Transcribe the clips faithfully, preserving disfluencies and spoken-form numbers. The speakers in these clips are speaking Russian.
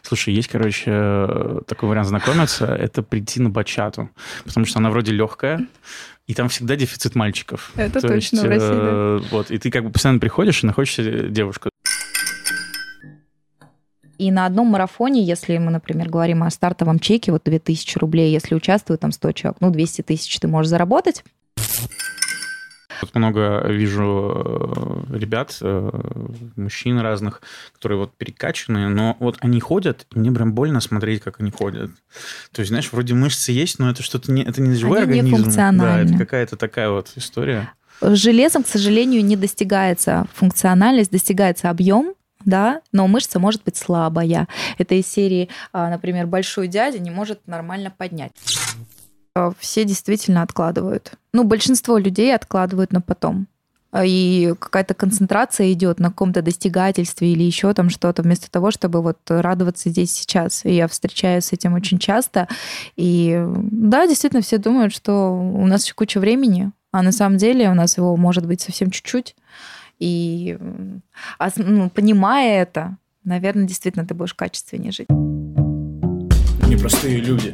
Слушай, есть, короче, такой вариант знакомиться, это прийти на бачату, потому что она вроде легкая, и там всегда дефицит мальчиков. Это То точно есть, в России, э, да. Вот, и ты как бы постоянно приходишь и находишь себе девушку. И на одном марафоне, если мы, например, говорим о стартовом чеке, вот две тысячи рублей, если участвует там сто человек, ну, двести тысяч ты можешь заработать. Вот много вижу э, ребят, э, мужчин разных, которые вот перекачанные, но вот они ходят, и мне прям больно смотреть, как они ходят. То есть, знаешь, вроде мышцы есть, но это что-то не, это не живой Они организм. нефункциональны. Да, это какая-то такая вот история. Железом, к сожалению, не достигается функциональность, достигается объем, да, но мышца может быть слабая. Это из серии, например, большой дядя не может нормально поднять. Все действительно откладывают. Ну, большинство людей откладывают на потом. И какая-то концентрация идет на каком-то достигательстве или еще там что-то, вместо того, чтобы вот радоваться здесь сейчас. И я встречаюсь с этим очень часто. И да, действительно, все думают, что у нас еще куча времени, а на самом деле у нас его может быть совсем чуть-чуть. И ну, понимая это, наверное, действительно ты будешь качественнее жить. Непростые люди.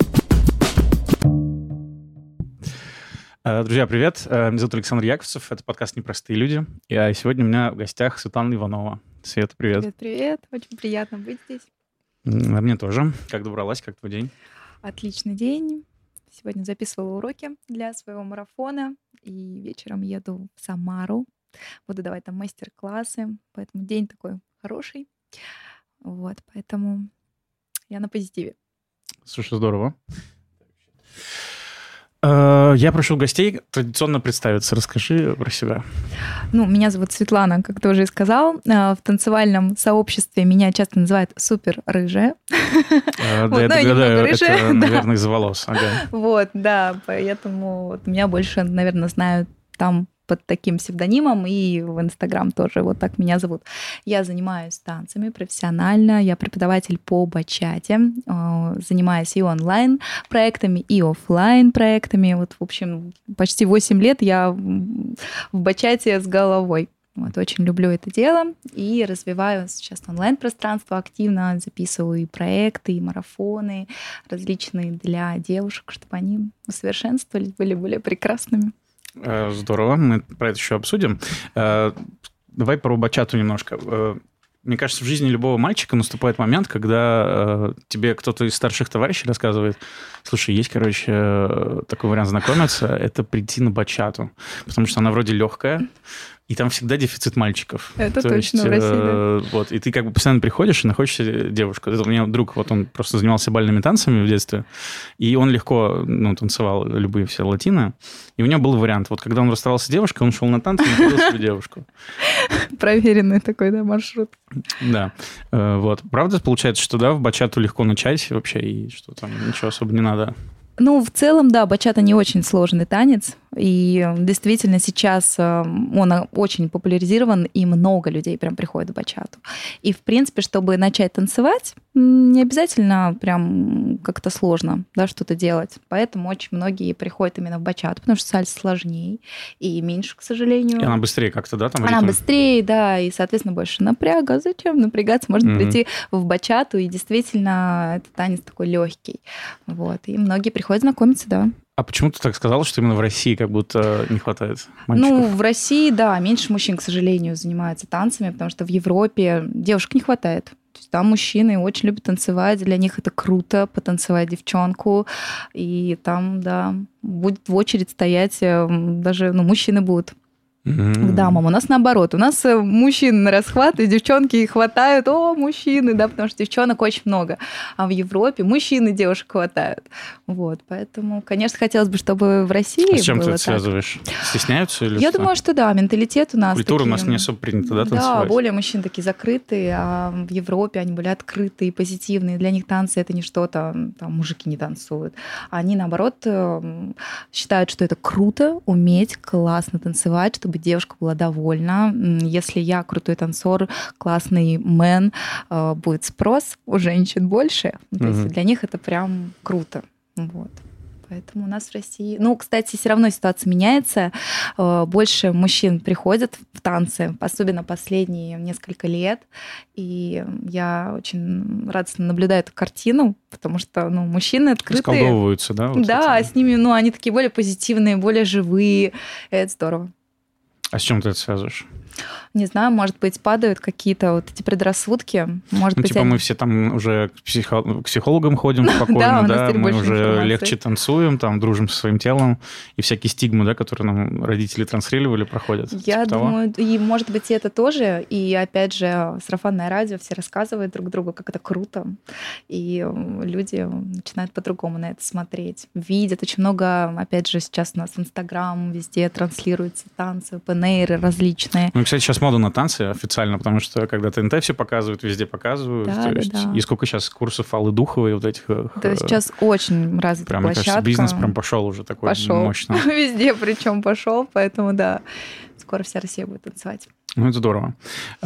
Друзья, привет. Меня зовут Александр Яковцев. Это подкаст «Непростые люди». И сегодня у меня в гостях Светлана Иванова. Света, привет. Привет, привет. Очень приятно быть здесь. А мне тоже. Как добралась? Как твой день? Отличный день. Сегодня записывала уроки для своего марафона. И вечером еду в Самару. Буду давать там мастер-классы. Поэтому день такой хороший. Вот, поэтому я на позитиве. Слушай, здорово. Я прошу гостей традиционно представиться. Расскажи про себя. Ну, меня зовут Светлана, как ты уже сказал. В танцевальном сообществе меня часто называют супер-рыжая. Да, я догадаю, это, наверное, из-за волос. Вот, да, поэтому меня больше, наверное, знают там под таким псевдонимом, и в Инстаграм тоже вот так меня зовут. Я занимаюсь танцами профессионально, я преподаватель по бачате, занимаюсь и онлайн-проектами, и офлайн-проектами. Вот, в общем, почти восемь лет я в бачате с головой. Вот, очень люблю это дело и развиваю сейчас онлайн-пространство активно, записываю и проекты, и марафоны различные для девушек, чтобы они усовершенствовались, были более прекрасными. Здорово, мы про это еще обсудим. Давай про бачату немножко. Мне кажется, в жизни любого мальчика наступает момент, когда тебе кто-то из старших товарищей рассказывает: слушай, есть, короче, такой вариант знакомиться, это прийти на бачату, потому что она вроде легкая, и там всегда дефицит мальчиков. Это То точно есть, в России, да. Вот, и ты как бы постоянно приходишь и находишь девушку. Это у меня друг, вот он просто занимался бальными танцами в детстве, и он легко ну, танцевал любые все латины, и у него был вариант. Вот когда он расставался с девушкой, он шел на танцы и находил себе девушку. Проверенный такой, да, маршрут. Да, вот. Правда, получается, что да, в бачату легко начать вообще, и что там ничего особо не надо? Ну, в целом, да, бачата не очень сложный танец, и действительно сейчас он очень популяризирован, и много людей прям приходят в бачату. И, в принципе, чтобы начать танцевать, не обязательно прям как-то сложно, да, что-то делать. Поэтому очень многие приходят именно в бачату, потому что сальса сложнее и меньше, к сожалению. И она быстрее как-то, да? Там она ритм? быстрее, да, и, соответственно, больше напряга. Зачем напрягаться? Можно mm-hmm. прийти в бачату, и действительно, это танец такой легкий. Вот. И многие приходят знакомиться, да. А почему ты так сказала, что именно в России как будто не хватает мальчиков? Ну, в России, да, меньше мужчин, к сожалению, занимаются танцами, потому что в Европе девушек не хватает. То есть там мужчины очень любят танцевать, для них это круто, потанцевать девчонку, и там, да, будет в очередь стоять, даже, ну, мужчины будут. Mm-hmm. К дамам. У нас наоборот. У нас мужчин на расхват, и девчонки хватают. О, мужчины, да, потому что девчонок очень много. А в Европе мужчин и девушек хватает. Вот, поэтому, конечно, хотелось бы, чтобы в России а с чем было ты это так. связываешь? Стесняются или Я что? думаю, что да, менталитет у нас Культура такие... у нас не особо принята, да, танцевать? Да, более мужчины такие закрытые, а в Европе они были открытые, позитивные. Для них танцы — это не что-то, там, мужики не танцуют. Они, наоборот, считают, что это круто уметь классно танцевать, чтобы девушка была довольна. Если я крутой танцор, классный мэн, будет спрос у женщин больше. То есть mm-hmm. для них это прям круто. Вот. Поэтому у нас в России... Ну, кстати, все равно ситуация меняется. Больше мужчин приходят в танцы, особенно последние несколько лет. И я очень радостно наблюдаю эту картину, потому что ну, мужчины открытые. Расколдовываются, да? Вот да, эти... с ними, ну, они такие более позитивные, более живые. Это здорово. А с чем ты это связываешь? Не знаю, может быть, падают какие-то вот эти предрассудки. Может ну, быть, типа они... мы все там уже к, психо... к психологам ходим спокойно, да, мы уже легче танцуем, там, дружим со своим телом, и всякие стигмы, да, которые нам родители транслировали, проходят. Я думаю, и может быть, и это тоже. И опять же, сарафанное радио, все рассказывают друг другу, как это круто. И люди начинают по-другому на это смотреть. Видят очень много, опять же, сейчас у нас Инстаграм, везде транслируются танцы, опен-эйры различные. Ну, кстати, сейчас мода на танцы официально, потому что когда ТНТ все показывают, везде показывают. Да, то да, есть, да. И сколько сейчас курсов Аллы Духовой вот этих... Да, сейчас очень развита прям, площадка. Мне кажется, бизнес прям пошел уже такой пошел. мощный. Везде причем пошел, поэтому да, скоро вся Россия будет танцевать. Ну, это здорово.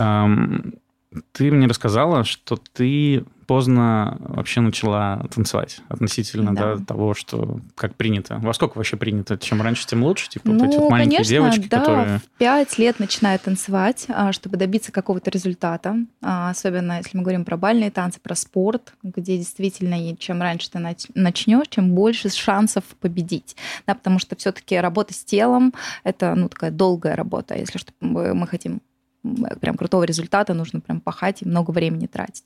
Ты мне рассказала, что ты поздно вообще начала танцевать относительно да. Да, того, что как принято. Во сколько вообще принято? Чем раньше, тем лучше? Типа ну, вот эти вот маленькие конечно, девочки, да, которые... в пять лет начинают танцевать, чтобы добиться какого-то результата. Особенно, если мы говорим про бальные танцы, про спорт, где действительно, чем раньше ты начнешь, чем больше шансов победить. Да, потому что все-таки работа с телом – это ну, такая долгая работа. Если что, мы хотим прям крутого результата, нужно прям пахать и много времени тратить.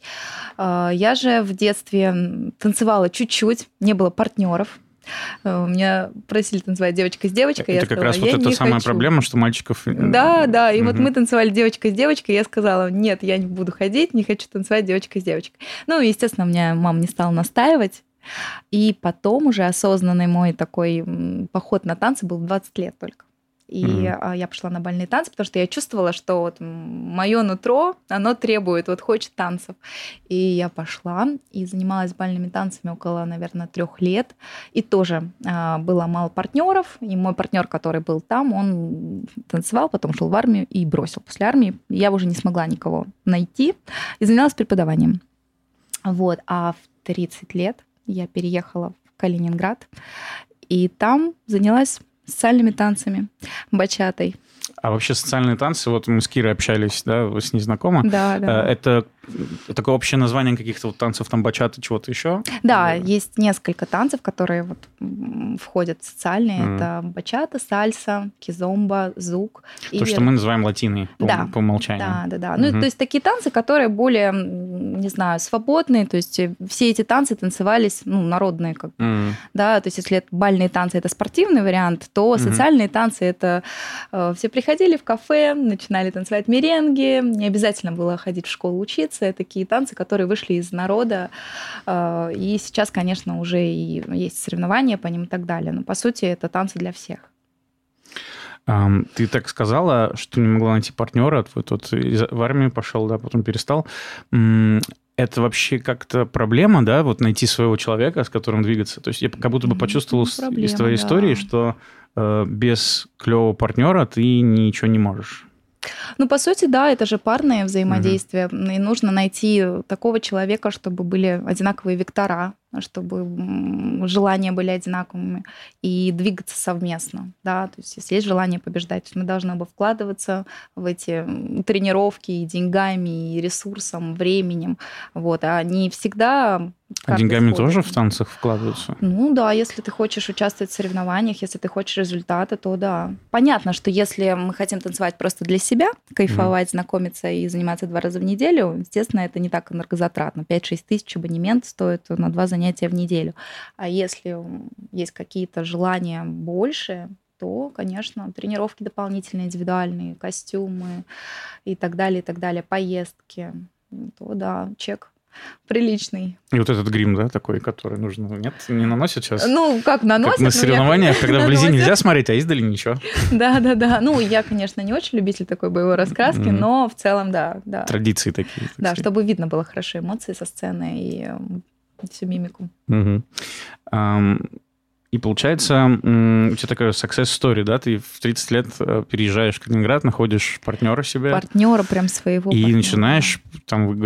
Я же в детстве танцевала чуть-чуть, не было партнеров. Меня просили танцевать девочка с девочкой. Это я как сказала, раз вот эта самая хочу. проблема, что мальчиков... Да, да, и угу. вот мы танцевали девочка с девочкой, я сказала, нет, я не буду ходить, не хочу танцевать девочка с девочкой. Ну, естественно, у меня мама не стала настаивать. И потом уже осознанный мой такой поход на танцы был в двадцать лет только. И mm-hmm. я пошла на бальные танцы, потому что я чувствовала, что вот мое нутро, оно требует, вот хочет танцев. И я пошла и занималась бальными танцами около, наверное, трех лет. И тоже а, было мало партнеров. И мой партнер, который был там, он танцевал, потом шел в армию и бросил после армии. Я уже не смогла никого найти и занялась преподаванием. Вот. А в тридцать лет я переехала в Калининград, и там занялась социальными танцами, бачатой. А вообще социальные танцы, вот мы с Кирой общались, да, вы с ней знакомы? Да, да. Это такое общее название каких-то вот танцев, там, бачаты, чего-то еще? Да, есть несколько танцев, которые вот входят в социальные. Mm. Это бачата, сальса, кизомба, зук. То, и... что мы называем латиной по, да. по умолчанию. Да, да, да. Mm-hmm. Ну, то есть такие танцы, которые более, не знаю, свободные. То есть все эти танцы танцевались, ну, народные. Как, mm. да, то есть если это бальные танцы, это спортивный вариант, то mm-hmm. социальные танцы, это э, все приходили в кафе, начинали танцевать меренги. Не обязательно было ходить в школу учиться. Такие танцы, которые вышли из народа. И сейчас, конечно, уже и есть соревнования по ним и так далее. Но, по сути, это танцы для всех. Ты так сказала, что не могла найти партнера. Твой тот в армию пошел, да, потом перестал. Это вообще как-то проблема, да, вот найти своего человека, с которым двигаться? То есть я как будто бы почувствовал ну, проблема, из твоей да. истории, что без клевого партнера ты ничего не можешь. Ну, по сути, да, это же парное взаимодействие. Mm-hmm. И нужно найти такого человека, чтобы были одинаковые вектора, чтобы желания были одинаковыми, и двигаться совместно. Да? То есть если есть желание побеждать, мы должны бы вкладываться в эти тренировки и деньгами, и ресурсом, временем. Вот. А не всегда... А деньгами тоже в танцах вкладываются? Ну да, если ты хочешь участвовать в соревнованиях, если ты хочешь результата, то да. Понятно, что если мы хотим танцевать просто для себя, кайфовать, mm. знакомиться и заниматься два раза в неделю, естественно, это не так энергозатратно. пять-шесть тысяч абонемент стоит на два занятия в неделю. А если есть какие-то желания больше, то, конечно, тренировки дополнительные, индивидуальные, костюмы и так далее, и так далее, поездки, то да, чек приличный. И вот этот грим, да, такой, который нужно... Нет, не наносят сейчас? Ну, как наносят? Как на соревнованиях, когда вблизи нельзя смотреть, а издали ничего. Да-да-да. Ну, я, конечно, не очень любитель такой боевой раскраски, mm-hmm. но в целом, да, да. Традиции такие. Так да, сказать. Чтобы видно было хорошо эмоции со сцены и всю мимику. Mm-hmm. Um... И получается, у тебя такая success story, да? Ты в тридцать лет переезжаешь в Калининград, находишь партнера себе. Партнера прям своего. И партнера. начинаешь, там, вы говоришь,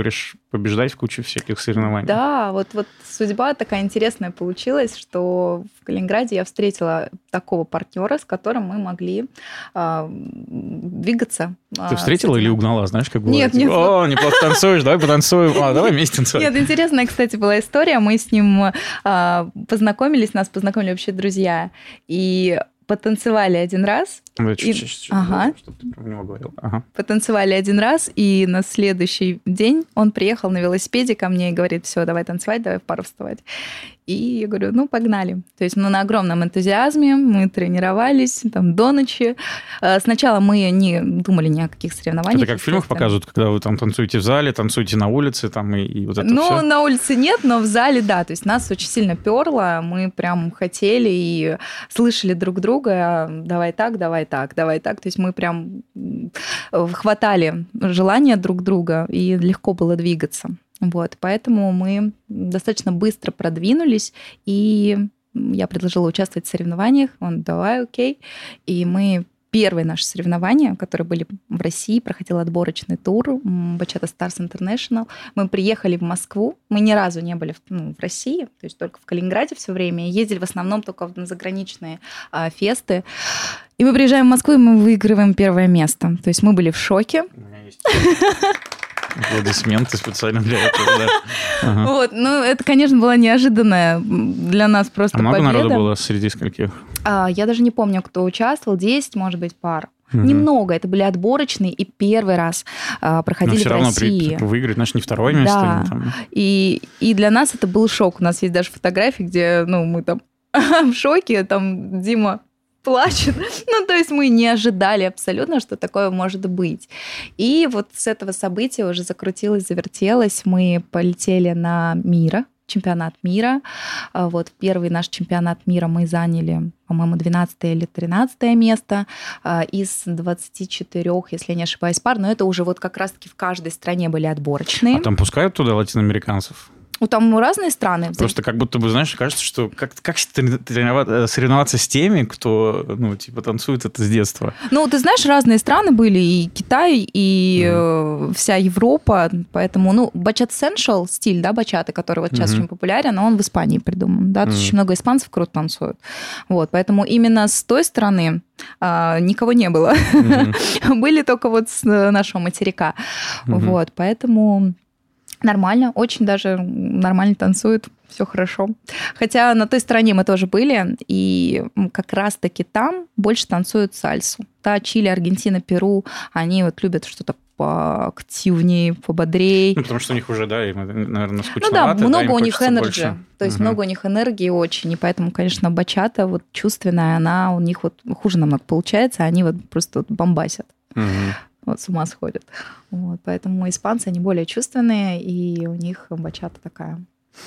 побеждать в куче всяких соревнований. Да, вот, вот судьба такая интересная получилась, что в Калининграде я встретила такого партнера, с которым мы могли а, двигаться. Ты встретила или угнала, знаешь, как бывает? Нет, нет. О, неплохо танцуешь, давай потанцуем. А, давай вместе танцуем. Нет, интересная, кстати, была история. Мы с ним а, познакомились, нас познакомили вообще друзья, и потанцевали один раз. Чуть-чуть, ага. чтобы ты про него говорил. Ага. Потанцевали один раз, и на следующий день он приехал на велосипеде ко мне и говорит: все, давай танцевать, давай в пару вставать. И я говорю: ну, погнали. То есть ну, на огромном энтузиазме мы тренировались там до ночи. Сначала мы не думали ни о каких соревнованиях. Это как в фильмах показывают, когда вы там танцуете в зале, танцуете на улице, там и, и вот это ну, все? Ну, на улице нет, но в зале, да. То есть нас очень сильно перло, мы прям хотели и слышали друг друга: давай так, давай так, давай так. То есть мы прям хватали желания друг друга, и легко было двигаться. Вот, поэтому мы достаточно быстро продвинулись, и я предложила участвовать в соревнованиях. Он: давай, окей. И мы первые наши соревнования, которые были в России, проходил отборочный тур Bachata Stars International. Мы приехали в Москву, мы ни разу не были в, ну, в России, то есть только в Калининграде все время, ездили в основном только на заграничные а, фесты. И мы приезжаем в Москву, и мы выигрываем первое место. То есть мы были в шоке. У меня есть аплодисменты специально для этого. Да. Ага. Вот, ну это, конечно, была неожиданная для нас просто а много победа. народу было среди скольких? А, я даже не помню, кто участвовал. десять, может быть, пар. Угу. Немного. Это были отборочные, и первый раз а, проходили в России. Но все равно выиграть, значит, не второе место. Да. Или там... и, и для нас это был шок. У нас есть даже фотографии, где ну, мы там в шоке, там Дима плачет. Ну, то есть мы не ожидали абсолютно, что такое может быть. И вот с этого события уже закрутилось, завертелось. Мы полетели на Мира, чемпионат мира. Вот первый наш чемпионат мира мы заняли, по-моему, двенадцатое или тринадцатое место из двадцати четырёх, если я не ошибаюсь, пар. Но это уже вот как раз-таки в каждой стране были отборочные. А там пускают туда латиноамериканцев? Ну, там разные страны. Просто как будто бы, знаешь, кажется, что как, как соревноваться с теми, кто, ну, типа, танцует это с детства. Ну, ты знаешь, разные страны были, и Китай, и mm. вся Европа, поэтому, ну, Bachata Central стиль, да, бачаты, который вот сейчас mm-hmm. очень популярен, он в Испании придуман, да, mm-hmm. то есть очень много испанцев круто танцуют. Вот, поэтому именно с той стороны а, никого не было. Mm-hmm. Были только вот с нашего материка. Mm-hmm. Вот, поэтому... Нормально, очень даже нормально танцуют, все хорошо. Хотя на той стороне мы тоже были, и как раз-таки там больше танцуют сальсу. Да, Чили, Аргентина, Перу, они вот любят что-то поактивнее, пободрее. Ну, потому что у них уже, да, им, наверное, скучновато. Ну да, много да, у них энергии. Больше. То есть угу. много у них энергии очень, и поэтому, конечно, бачата вот чувственная, она у них вот хуже намного получается, они вот просто вот бомбасят. Угу. Вот с ума сходят. Вот, поэтому испанцы, они более чувственные, и у них бачата такая.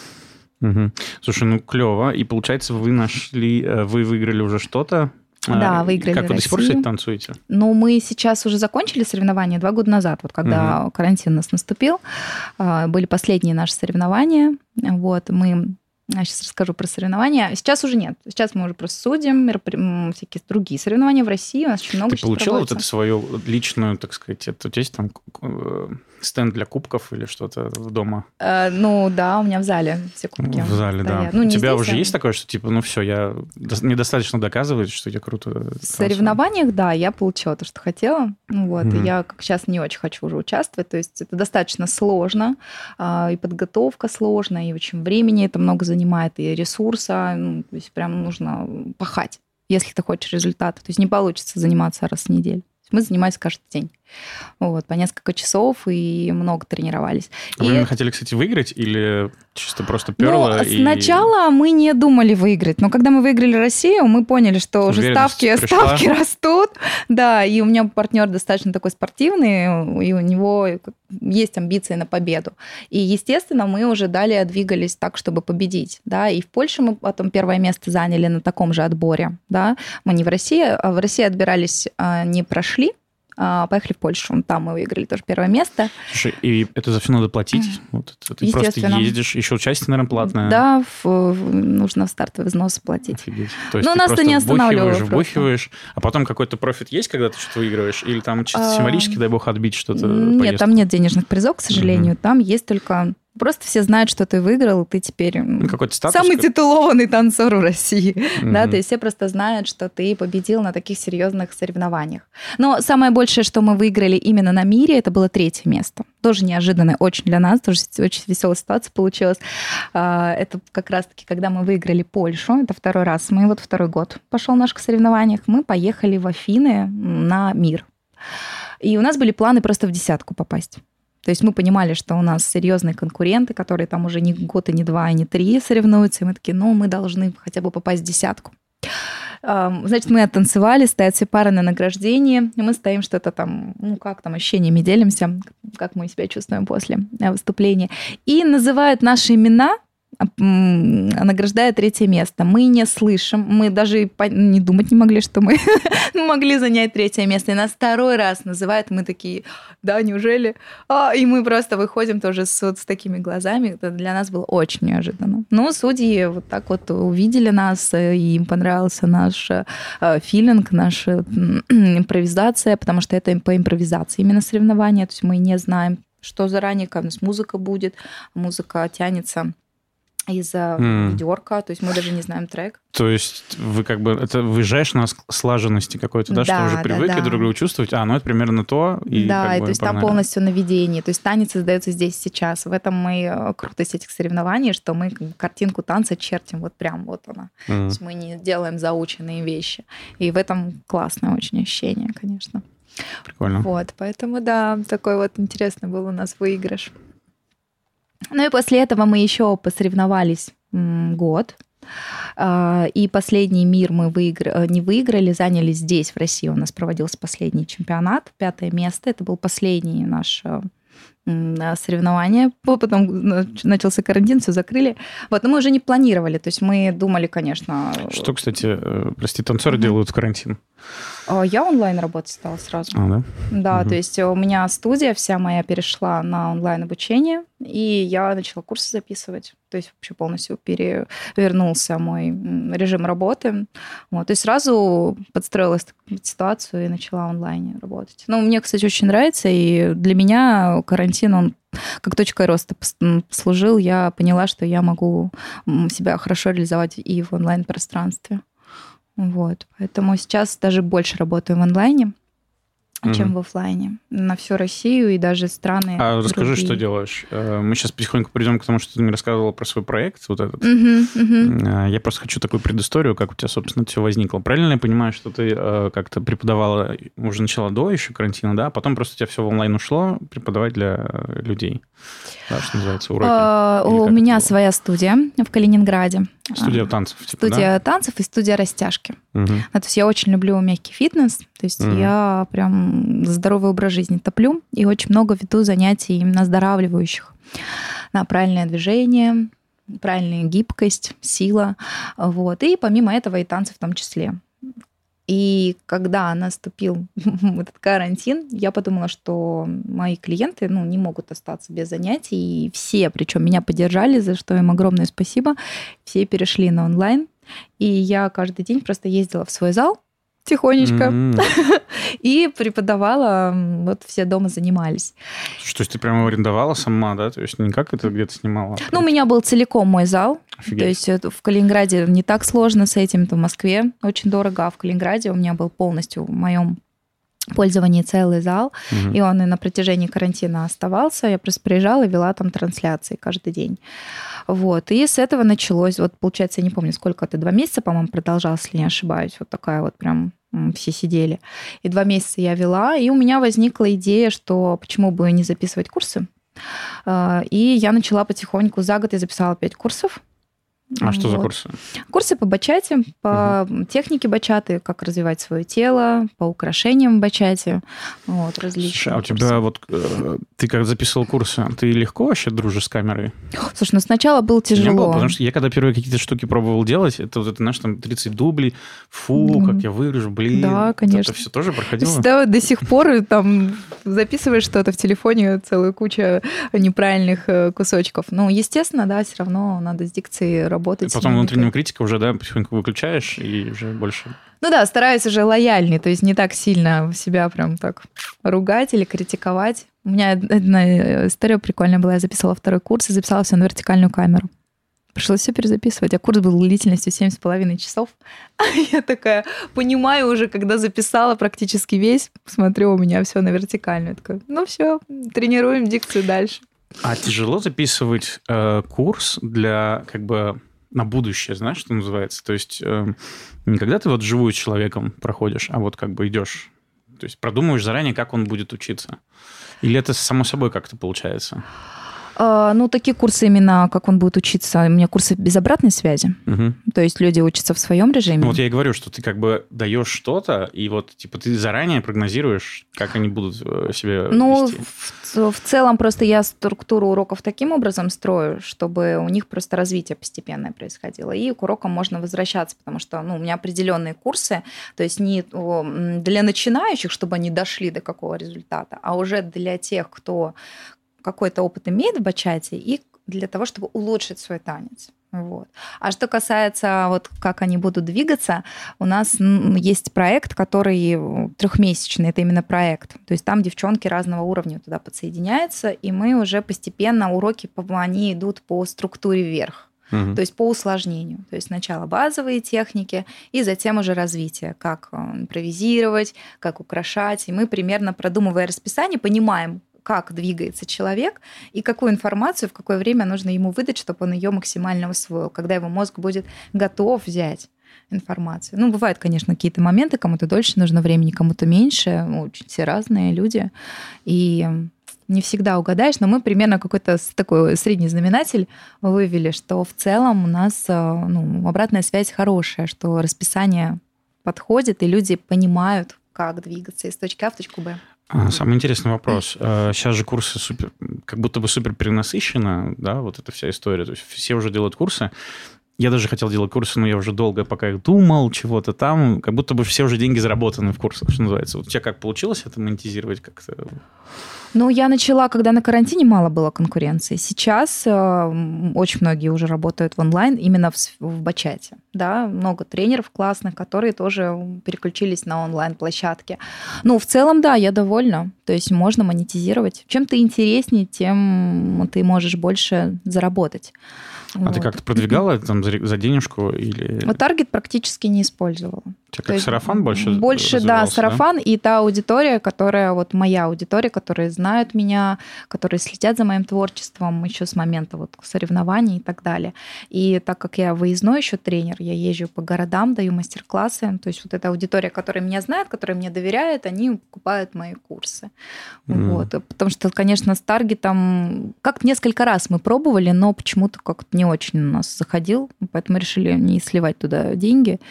Угу. Слушай, ну клево. И получается, вы нашли, вы выиграли уже что-то? Да, выиграли Как вы Россию. до сих пор, кстати, танцуете? Ну, мы сейчас уже закончили соревнования два года назад, вот когда угу. карантин у нас наступил. Были последние наши соревнования. Вот, мы... Я сейчас расскажу про соревнования. Сейчас уже нет. Сейчас мы уже просто судим меропри... всякие другие соревнования в России. У нас очень много. Ты получила проводится. Вот эту свою личную, так сказать, это, у тебя есть там стенд для кубков или что-то дома? Э, ну да, у меня в зале все кубки. В зале, стоят. да. Ну, у тебя здесь, уже а... есть такое, что типа, ну все, я недостаточно доказывает, что я круто танцую? В соревнованиях, да, я получила то, что хотела. Вот, mm-hmm. и я как сейчас не очень хочу уже участвовать. То есть это достаточно сложно, и подготовка сложная, и очень времени это много занимает, и ресурса. Ну, то есть прям нужно пахать, если ты хочешь результата. То есть не получится заниматься раз в неделю. Мы занимаемся каждый день. Вот, по несколько часов и много тренировались. Вы, и... наверное, хотели, кстати, выиграть или чисто просто перло? Ну, и... сначала мы не думали выиграть, но когда мы выиграли Россию, мы поняли, что уже ставки, ставки растут. Да, и у меня партнер достаточно такой спортивный, и у него есть амбиции на победу. И, естественно, мы уже далее двигались так, чтобы победить. Да? И в Польше мы потом первое место заняли на таком же отборе. Да? Мы не в России, а в России отбирались, не прошли, поехали в Польшу. Там мы выиграли тоже первое место. Слушай, и это за все надо платить? Вот это, ты просто ездишь, еще участие, наверное, платное? Да, в, нужно в стартовый взнос платить. Офигеть. То есть Но ты нас просто не останавливало вбухиваешь, вбухиваешь, а потом какой-то профит есть, когда ты что-то выигрываешь? Или там чисто символически, дай бог, отбить что-то? Нет, поездку? Там нет денежных призов, к сожалению. Mm-hmm. Там есть только... Просто все знают, что ты выиграл, ты теперь ну, какой-то статус, самый как... титулованный танцор в России. Mm-hmm. Да, то есть все просто знают, что ты победил на таких серьезных соревнованиях. Но самое большее, что мы выиграли именно на мире, это было третье место. Тоже неожиданно очень для нас, тоже очень веселая ситуация получилась. Это как раз-таки, когда мы выиграли Польшу, это второй раз, мы вот второй год пошел наш к соревнованиях, мы поехали в Афины на мир. И у нас были планы просто в десятку попасть. То есть мы понимали, что у нас серьезные конкуренты, которые там уже не год, и не два, и не три соревнуются. И мы такие, ну, мы должны хотя бы попасть в десятку. Значит, мы оттанцевали, стоят все пары на награждении, и мы стоим что-то там, ну, как там, ощущениями делимся, как мы себя чувствуем после выступления. И называют наши имена, награждая третье место. Мы не слышим, мы даже не думать не могли, что мы могли занять третье место. И нас второй раз называют, мы такие, да, неужели? А, и мы просто выходим тоже с, вот, с такими глазами. Это для нас было очень неожиданно. Но судьи вот так вот увидели нас, и им понравился наш филинг, наша импровизация, потому что это по импровизации именно соревнования. То есть мы не знаем, что заранее, как у нас музыка будет, музыка тянется из-за mm. ведерка, то есть мы даже не знаем трек. То есть вы как бы, это выезжаешь на слаженности какой-то, да, да, что уже привыкли да, да. друг друга чувствовать, а, ну это примерно то, и да, как и бы то есть погнали. Там полностью наведение, то есть танец создается здесь сейчас. В этом мы крутость этих соревнований, что мы картинку танца чертим, вот прям вот она. Mm. То есть мы не делаем заученные вещи. И в этом классное очень ощущение, конечно. Прикольно. Вот, поэтому, да, такой вот интересный был у нас выигрыш. Ну и после этого мы еще посоревновались год. И последний мир мы выигр... не выиграли, заняли здесь, в России. У нас проводился последний чемпионат, пятое место. Это был последний наш соревнования. Потом начался карантин, все закрыли. Вот, но мы уже не планировали. То есть мы думали, конечно... Что, кстати, прости, танцоры uh-huh. делают в карантин? Я онлайн работать стала сразу. А, да? Да, угу. то есть у меня студия вся моя перешла на онлайн-обучение, и я начала курсы записывать. То есть вообще полностью перевернулся мой режим работы. Вот, то есть сразу подстроилась в ситуацию и начала онлайн работать. Ну, мне, кстати, очень нравится, и для меня карантин, он как точкой роста послужил. Я поняла, что я могу себя хорошо реализовать и в онлайн-пространстве. Вот, поэтому сейчас даже больше работаю в онлайне, угу. чем в офлайне. На всю Россию и даже страны. А расскажи, другие. Что делаешь? Мы сейчас потихоньку придем к тому, что ты мне рассказывала про свой проект, вот этот. Угу, угу. Я просто хочу такую предысторию, как у тебя, собственно, это все возникло. Правильно я понимаю, что ты как-то преподавала, уже начала до еще карантина, да, а потом просто у тебя все в онлайн ушло преподавать для людей? Да, что называется, уроки? А, у меня своя студия в Калининграде. Студия танцев, типа, Студия да? танцев и студия растяжки. Угу. То есть я очень люблю мягкий фитнес, то есть угу. я прям здоровый образ жизни топлю и очень много веду занятий именно оздоравливающих на правильное движение, правильная гибкость, сила. Вот. И помимо этого и танцы в том числе. И когда наступил этот карантин, я подумала, что мои клиенты ну, не могут остаться без занятий. И все, причем меня поддержали, за что им огромное спасибо, все перешли на онлайн. И я каждый день просто ездила в свой зал тихонечко mm-hmm. и преподавала, вот все дома занимались. То есть ты прямо арендовала сама, да? То есть не как это где-то снимала? Ну, у меня был целиком мой зал. Офигеть. То есть в Калининграде не так сложно с этим, то в Москве очень дорого, а в Калининграде у меня был полностью в моем пользовании целый зал, угу. и он и на протяжении карантина оставался. Я просто приезжала и вела там трансляции каждый день. Вот. И с этого началось, вот получается, я не помню, сколько это, два месяца, по-моему, продолжалось, если не ошибаюсь, вот такая вот прям все сидели. И два месяца я вела, и у меня возникла идея, что почему бы не записывать курсы. И я начала потихоньку, за год я записала пять курсов. А вот. что за курсы? Курсы по бачате, по угу. технике бачаты, как развивать свое тело, по украшениям бачате, вот, различные. Слушай, а у тебя вот, ты как записывал курсы, ты легко вообще дружишь с камерой? Слушай, ну сначала было тяжело. Не было, потому что я когда первые какие-то штуки пробовал делать, это вот это, знаешь, там тридцать дублей, фу, как я вырежу, блин. Да, конечно. Это все тоже проходило? Да, до сих пор там записываешь что-то в телефоне, целая куча неправильных кусочков. Ну, естественно, да, все равно надо с дикцией работать. И потом внутреннего критика уже, да, потихоньку выключаешь и уже больше... Ну да, стараюсь уже лояльнее, то есть не так сильно себя прям так ругать или критиковать. У меня одна история прикольная была. Я записала второй курс и записала все на вертикальную камеру. Пришлось все перезаписывать. А курс был длительностью семь с половиной часов. А я такая понимаю уже, когда записала практически весь, смотрю, у меня все на вертикальную. Я такая, ну все, тренируем дикцию дальше. А тяжело записывать э, курс для как бы на будущее, знаешь, что называется? То есть э, не когда ты вот живую с человеком проходишь, а вот как бы идешь, то есть продумываешь заранее, как он будет учиться. Или это само собой как-то получается? Ну, такие курсы именно, как он будет учиться. У меня курсы без обратной связи. Угу. То есть люди учатся в своем режиме. Ну, вот я и говорю, что ты как бы даешь что-то, и вот типа ты заранее прогнозируешь, как они будут себя ну, вести. Ну, в, в целом просто я структуру уроков таким образом строю, чтобы у них просто развитие постепенное происходило. И к урокам можно возвращаться, потому что ну, у меня определенные курсы, то есть не для начинающих, чтобы они дошли до какого результата, а уже для тех, кто какой-то опыт имеет в бачате, и для того, чтобы улучшить свой танец. Вот. А что касается, вот, как они будут двигаться, у нас есть проект, который трехмесячный, это именно проект. То есть там девчонки разного уровня туда подсоединяются, и мы уже постепенно, уроки, они идут по структуре вверх. Угу. То есть по усложнению. То есть сначала базовые техники, и затем уже развитие, как импровизировать, как украшать. И мы примерно, продумывая расписание, понимаем, как двигается человек и какую информацию в какое время нужно ему выдать, чтобы он ее максимально усвоил, когда его мозг будет готов взять информацию. Ну, бывают, конечно, какие-то моменты, кому-то дольше нужно времени, кому-то меньше. Очень все разные люди. И не всегда угадаешь, но мы примерно какой-то такой средний знаменатель вывели, что в целом у нас ну, обратная связь хорошая, что расписание подходит, и люди понимают, как двигаться из точки А в точку Б. Самый интересный вопрос. Сейчас же курсы супер, как будто бы супер перенасыщены, да, вот эта вся история. То есть все уже делают курсы. Я даже хотел делать курсы, но я уже долго пока их думал, чего-то там. Как будто бы все уже деньги заработаны в курсах, что называется. Вот у тебя как получилось это монетизировать как-то? Ну, я начала, когда на карантине мало было конкуренции. Сейчас э, очень многие уже работают в онлайн, именно в, в бачате. Да? Много тренеров классных, которые тоже переключились на онлайн-площадки. Ну, в целом, да, я довольна. То есть можно монетизировать. Чем ты интереснее, тем ты можешь больше заработать. А вот. Ты как-то продвигала там за, за денежку? Или... Вот таргет практически не использовала. У тебя как сарафан больше Больше, да, сарафан, да? И та аудитория, которая, вот моя аудитория, которые знают меня, которые следят за моим творчеством еще с момента вот соревнований и так далее. И так как я выездной еще тренер, я езжу по городам, даю мастер-классы, то есть вот эта аудитория, которая меня знает, которая мне доверяет, они покупают мои курсы. Mm. Вот. Потому что, конечно, с таргетом как несколько раз мы пробовали, но почему-то как-то не очень у нас заходил, поэтому решили не сливать туда деньги.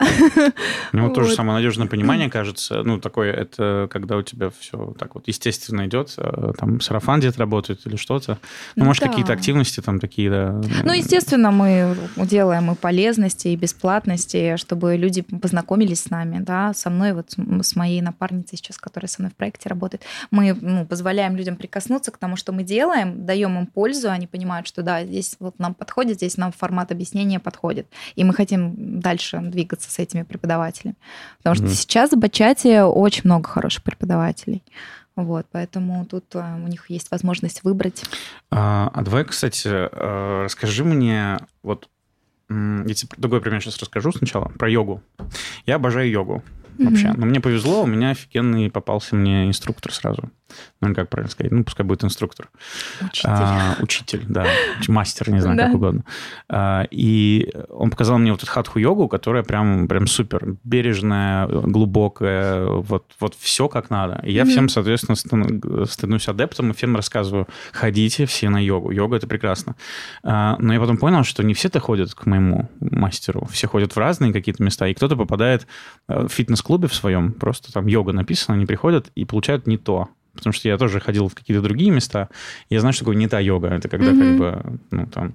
Ну, вот. Тоже самое надежное понимание, кажется. Ну, такое, это когда у тебя все так вот естественно идет, там сарафан где-то работает или что-то. Ну, может, да. Какие-то активности там такие, да. Ну, естественно, мы делаем и полезности, и бесплатности, чтобы люди познакомились с нами, да, со мной, вот с моей напарницей сейчас, которая со мной в проекте работает. Мы ну, позволяем людям прикоснуться к тому, что мы делаем, даем им пользу, они понимают, что да, здесь вот нам подходит, здесь нам формат объяснения подходит. И мы хотим дальше двигаться с этими преподавателями. Потому что mm-hmm. сейчас в бачате очень много хороших преподавателей. Вот, поэтому тут у них есть возможность выбрать. А, а давай, кстати, расскажи мне, вот я тебе другой пример сейчас расскажу сначала, про йогу. Я обожаю йогу вообще. Mm-hmm. Но мне повезло, у меня офигенный попался мне инструктор сразу. Ну, как правильно сказать? Ну, пускай будет инструктор. Учитель. А, учитель, да. Мастер, не знаю, Да. как угодно. А, и он показал мне вот эту хатху-йогу, которая прям, прям супер. Бережная, глубокая, вот, вот все как надо. И я Мгм. всем, соответственно, стану- становлюсь адептом, и всем рассказываю, ходите все на йогу. Йога – это прекрасно. А, но я потом понял, что не все-то ходят к моему мастеру. Все ходят в разные какие-то места, и кто-то попадает в фитнес-клубе в своем, просто там йога написано, они приходят и получают не то. Потому что я тоже ходил в какие-то другие места, и я знаю, что такое не та йога. Это когда Мгм. как бы, ну, там,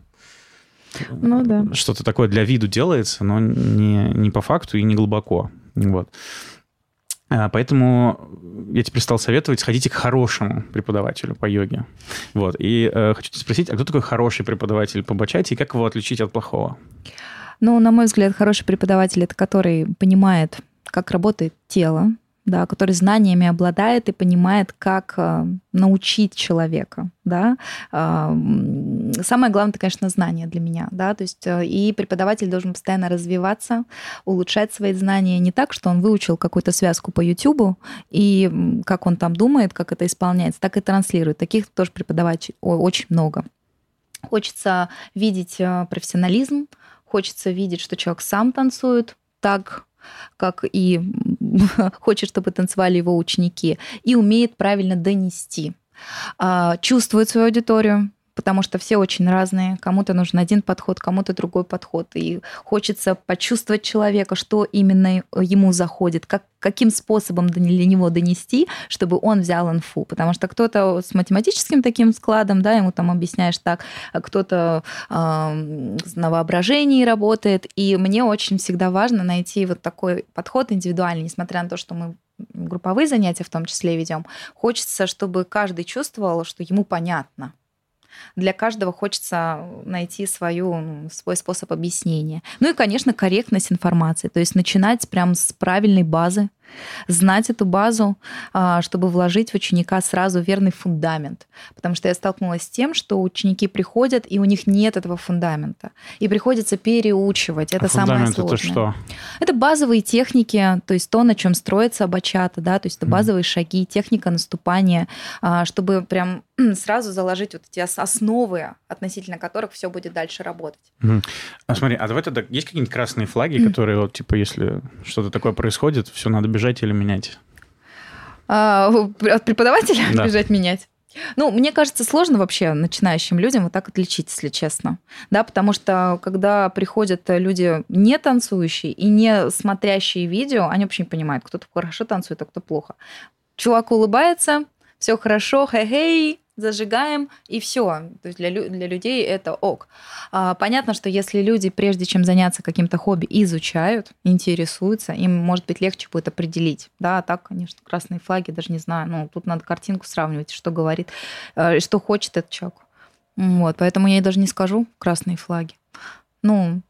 Ну да. что-то такое для виду делается, но не, не по факту и не глубоко. Вот. А, Поэтому я теперь стал советовать, сходите к хорошему преподавателю по йоге. Вот. И э, хочу тебя спросить, а кто такой хороший преподаватель по бачате, и как его отличить от плохого? Ну, на мой взгляд, хороший преподаватель — это который понимает, как работает тело, да, который знаниями обладает и понимает, как э, научить человека, да. А, м, Самое главное, это, конечно, знание для меня, да, то есть э, и преподаватель должен постоянно развиваться, улучшать свои знания не так, что он выучил какую-то связку по Ютубу и м, как он там думает, как это исполняется, так и транслирует. Таких тоже преподавателей о- очень много. Хочется видеть э, профессионализм, хочется видеть, что человек сам танцует так, как и хочет, чтобы танцевали его ученики, и умеет правильно донести. А, Чувствует свою аудиторию, потому что все очень разные. Кому-то нужен один подход, кому-то другой подход. И хочется почувствовать человека, что именно ему заходит, как, каким способом для него донести, чтобы он взял инфу. Потому что кто-то с математическим таким складом, да, ему там объясняешь так, а кто-то э, на воображении работает. И мне очень всегда важно найти вот такой подход индивидуальный, несмотря на то, что мы групповые занятия в том числе ведем. Хочется, чтобы каждый чувствовал, что ему понятно. Для каждого хочется найти свою, ну, свой способ объяснения. Ну и, конечно, корректность информации. То есть начинать прям с правильной базы, знать эту базу, чтобы вложить в ученика сразу верный фундамент. Потому что я столкнулась с тем, что ученики приходят, и у них нет этого фундамента. И приходится переучивать. Это а самое фундамент сложное. Это что? Это базовые техники, то есть то, на чем строится бачата, да, то есть это базовые шаги, техника наступания, чтобы прям сразу заложить вот эти основы, относительно которых все будет дальше работать. Mm. А смотри, а давай тогда есть какие-нибудь красные флаги, mm. которые вот типа если что-то такое происходит, все надо бежать или менять? А, от преподавателя да. бежать менять? Ну, мне кажется, сложно вообще начинающим людям вот так отличить, если честно. Да, потому что когда приходят люди не танцующие и не смотрящие видео, они вообще не понимают, кто-то хорошо танцует, а кто плохо. Чувак улыбается, все хорошо, хей-хей, зажигаем, и все. То есть для, для людей это ок. А, понятно, что если люди, прежде чем заняться каким-то хобби, изучают, интересуются, им, может быть, легче будет определить. Да, а так, конечно, красные флаги, даже не знаю, ну, тут надо картинку сравнивать, что говорит, что хочет этот человек. Вот, поэтому я даже не скажу красные флаги. Ну,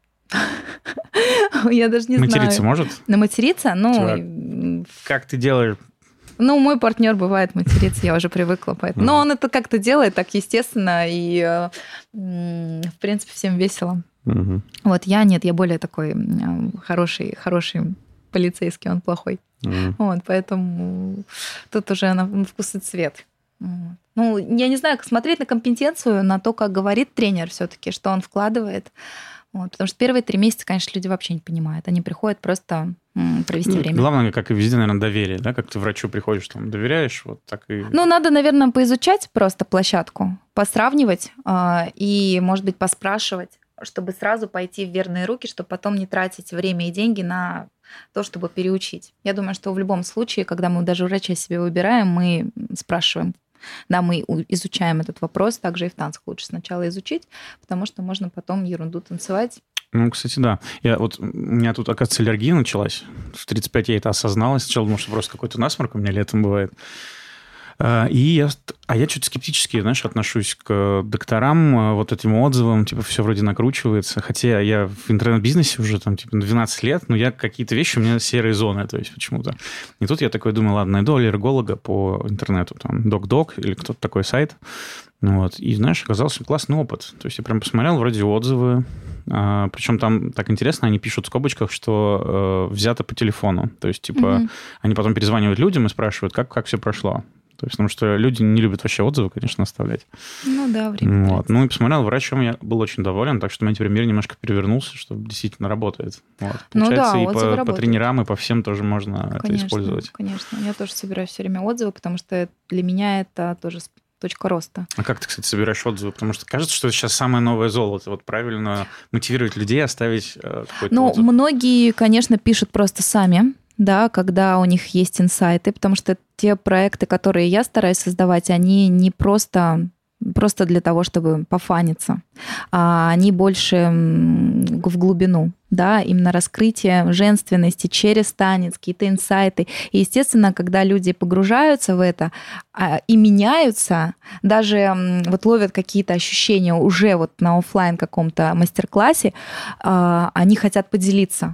я даже не знаю. Материться может? На материться? Ну, как ты делаешь? Ну, мой партнер бывает материться, я уже привыкла. Поэтому. Но он это как-то делает так естественно, и, в принципе, всем весело. Угу. Вот я нет, я более такой хороший, хороший полицейский, он плохой. Угу. Вот, поэтому тут уже на вкус и цвет. Вот. Ну, я не знаю, как смотреть на компетенцию, на то, как говорит тренер все-таки, что он вкладывает. Вот, потому что первые три месяца, конечно, люди вообще не понимают. Они приходят просто м, провести время. Главное, как и везде, наверное, доверие, да? Как ты врачу приходишь, там, доверяешь, вот так и... Ну, надо, наверное, поизучать просто площадку, посравнивать э, и, может быть, поспрашивать, чтобы сразу пойти в верные руки, чтобы потом не тратить время и деньги на то, чтобы переучить. Я думаю, что в любом случае, когда мы даже врача себе выбираем, мы спрашиваем. Да, мы изучаем этот вопрос, также и в танцах лучше сначала изучить, потому что можно потом ерунду танцевать. Ну, кстати, да. Я, вот, у меня тут, оказывается, аллергия началась. В тридцать пять я это осознала. Сначала думал, что просто какой-то насморк у меня летом бывает. И я, а я что-то скептически, знаешь, отношусь к докторам, вот этим отзывам, типа, все вроде накручивается. Хотя я в интернет-бизнесе уже там, типа, двенадцать лет, но я какие-то вещи, у меня серые зоны, то есть почему-то. И тут я такой думаю, ладно, найду аллерголога по интернету, там, док-док или кто-то такой сайт. Вот. И, знаешь, оказался классный опыт. То есть я прям посмотрел вроде отзывы, а, причем там так интересно, они пишут в скобочках, что э, взято по телефону. То есть, типа, mm-hmm. они потом перезванивают людям и спрашивают, как, как все прошло. То есть, потому что люди не любят вообще отзывы, конечно, оставлять. Ну да, время. Вот. Ну и посмотрел, врачом я был очень доволен, так что у меня теперь мир немножко перевернулся, что действительно работает. Вот. Получается, ну, да, и по, по тренерам, и по всем тоже можно конечно, это использовать. Конечно, я тоже собираю все время отзывы, потому что для меня это тоже точка роста. А как ты, кстати, собираешь отзывы? Потому что кажется, что это сейчас самое новое золото. Вот правильно мотивировать людей оставить э, какой-то Ну, отзыв. многие, конечно, пишут просто сами, да, когда у них есть инсайты, потому что те проекты, которые я стараюсь создавать, они не просто... просто для того, чтобы пофаниться, а они больше в глубину, да, именно раскрытие женственности через танец, какие-то инсайты. И, естественно, когда люди погружаются в это и меняются, даже вот ловят какие-то ощущения уже вот на офлайн каком-то мастер-классе, они хотят поделиться.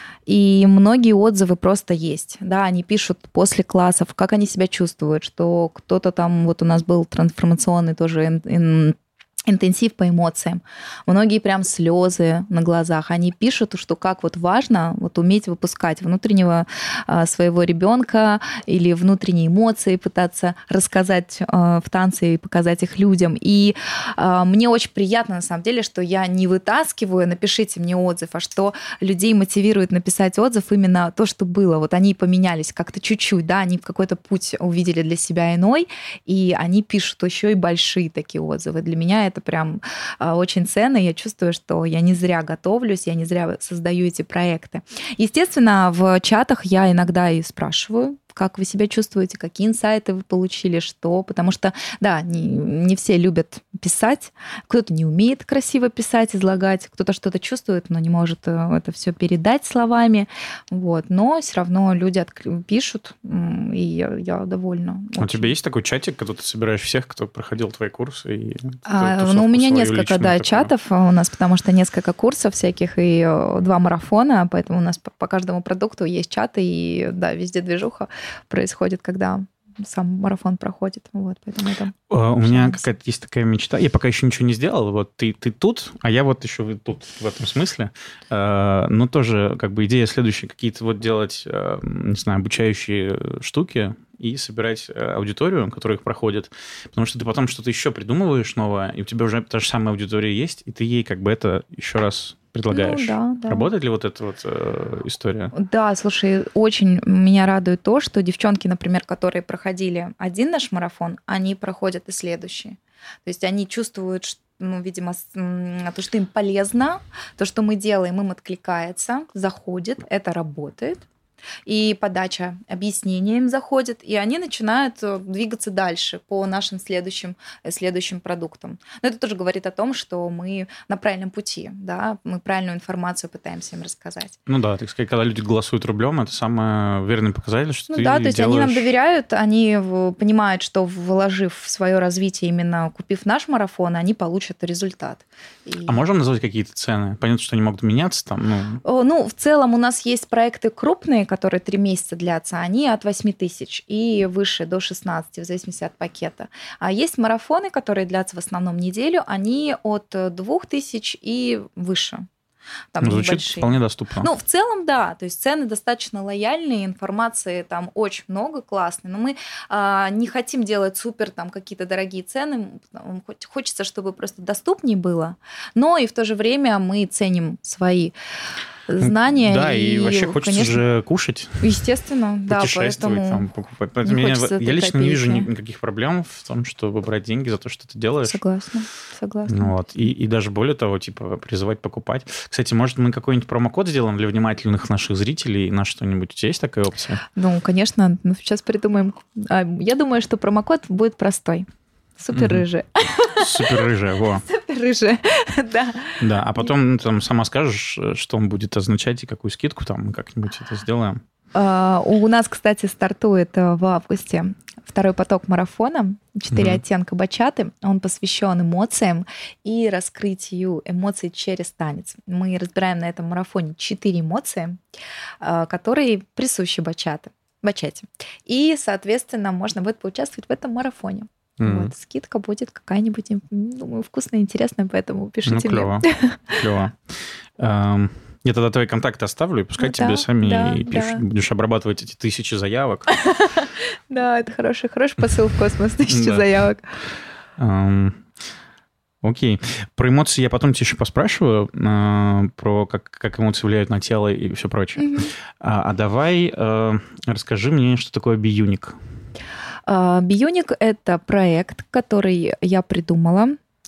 И многие отзывы просто есть. Да, они пишут после классов, как они себя чувствуют, что кто-то там, вот у нас был трансформационный тоже ин, ин, интенсив по эмоциям. Многие прям слезы на глазах. Они пишут, что как вот важно вот уметь выпускать внутреннего а, своего ребенка или внутренние эмоции пытаться рассказать а, в танце и показать их людям. И а, мне очень приятно на самом деле, что я не вытаскиваю, напишите мне отзыв, а что людей мотивирует написать отзыв именно то, что было. Вот они поменялись как-то чуть-чуть, да, они какой-то путь увидели для себя иной, и они пишут еще и большие такие отзывы. Для меня это прям очень ценно. Я чувствую, что я не зря готовлюсь, я не зря создаю эти проекты. Естественно, в чатах я иногда и спрашиваю, как вы себя чувствуете, какие инсайты вы получили, что. Потому что, да, не, не все любят писать, кто-то не умеет красиво писать, излагать, кто-то что-то чувствует, но не может это все передать словами. Вот. Но все равно люди отк- пишут, и я, я довольна. У тебя есть такой чатик, когда ты собираешь всех, кто проходил твои курсы? И а, ну, у меня несколько, да, такую. чатов у нас, потому что несколько курсов всяких и два марафона, поэтому у нас по, по каждому продукту есть чаты, и да, везде движуха происходит, когда сам марафон проходит. Вот, поэтому это у меня какая-то есть такая мечта. Я пока еще ничего не сделал. Вот ты, ты тут, а я вот еще тут в этом смысле. Но тоже как бы идея следующая. Какие-то вот делать, не знаю, обучающие штуки и собирать аудиторию, которая их проходит. Потому что ты потом что-то еще придумываешь новое, и у тебя уже та же самая аудитория есть, и ты ей как бы это еще раз предлагаешь. Ну, да, да. Работает ли вот эта вот э, история? Да, слушай, очень меня радует то, что девчонки, например, которые проходили один наш марафон, они проходят и следующий. То есть они чувствуют, что, ну, видимо, то, что им полезно, то, что мы делаем, им откликается, заходит, это работает. И подача объяснения им заходит, и они начинают двигаться дальше по нашим следующим, следующим продуктам. Но это тоже говорит о том, что мы на правильном пути, да, мы правильную информацию пытаемся им рассказать. Ну да, так сказать, когда люди голосуют рублем, это самый верный показатель, что ну, ты да, то есть делаешь... они нам доверяют, они понимают, что вложив в свое развитие, именно купив наш марафон, они получат результат. И... А можем назвать какие-то цены? Понятно, что они могут меняться там. Ну... ну, в целом у нас есть проекты крупные, которые три месяца длятся, они от восемь тысяч и выше до шестнадцати, в зависимости от пакета. А есть марафоны, которые длятся в основном неделю, они от двух тысяч и выше. Там ну, звучит небольшие. Вполне доступно. Ну, в целом, да. То есть цены достаточно лояльные, информации там очень много, классной. Но мы а, не хотим делать супер там какие-то дорогие цены. Хочется, чтобы просто доступнее было. Но и в то же время мы ценим свои знания. Да, и, и вообще хочется конечно, же кушать. Естественно, да, поэтому... Там, покупать. Поэтому не меня, я копейки. лично не вижу никаких проблем в том, чтобы брать деньги за то, что ты делаешь. Согласна, согласна. Вот. И, и даже более того, типа, призывать покупать. Кстати, может, мы какой-нибудь промокод сделаем для внимательных наших зрителей на что-нибудь? У тебя есть такая опция? Ну, конечно. Ну, сейчас придумаем. Я думаю, что промокод будет простой. Супер рыжая. Супер рыжая, во. Супер рыжая, да. Да, а потом там сама скажешь, что он будет означать и какую скидку там, мы как-нибудь это сделаем. Uh, у нас, кстати, стартует в августе второй поток марафона «Четыре mm-hmm. оттенка бачаты». Он посвящен эмоциям и раскрытию эмоций через танец. Мы разбираем на этом марафоне четыре эмоции, uh, которые присущи бачате. бачате. И, соответственно, можно будет поучаствовать в этом марафоне. Mm-hmm. Вот, скидка будет какая-нибудь, думаю, вкусная, интересная, поэтому пишите ну, клево, мне. Клево. Um... Я тогда твои контакты оставлю, и пускай Ну тебе да, сами да, и пишут. да. Будешь обрабатывать эти тысячи заявок. Да, это хороший, хороший посыл в космос, тысячи Да. заявок. Ам, Окей. Про эмоции я потом тебя еще поспрашиваю, а, про как, как эмоции влияют на тело и все прочее. Мгм. А, а давай а, расскажи мне, что такое биюник. А, Бионик — это проект, который я придумала.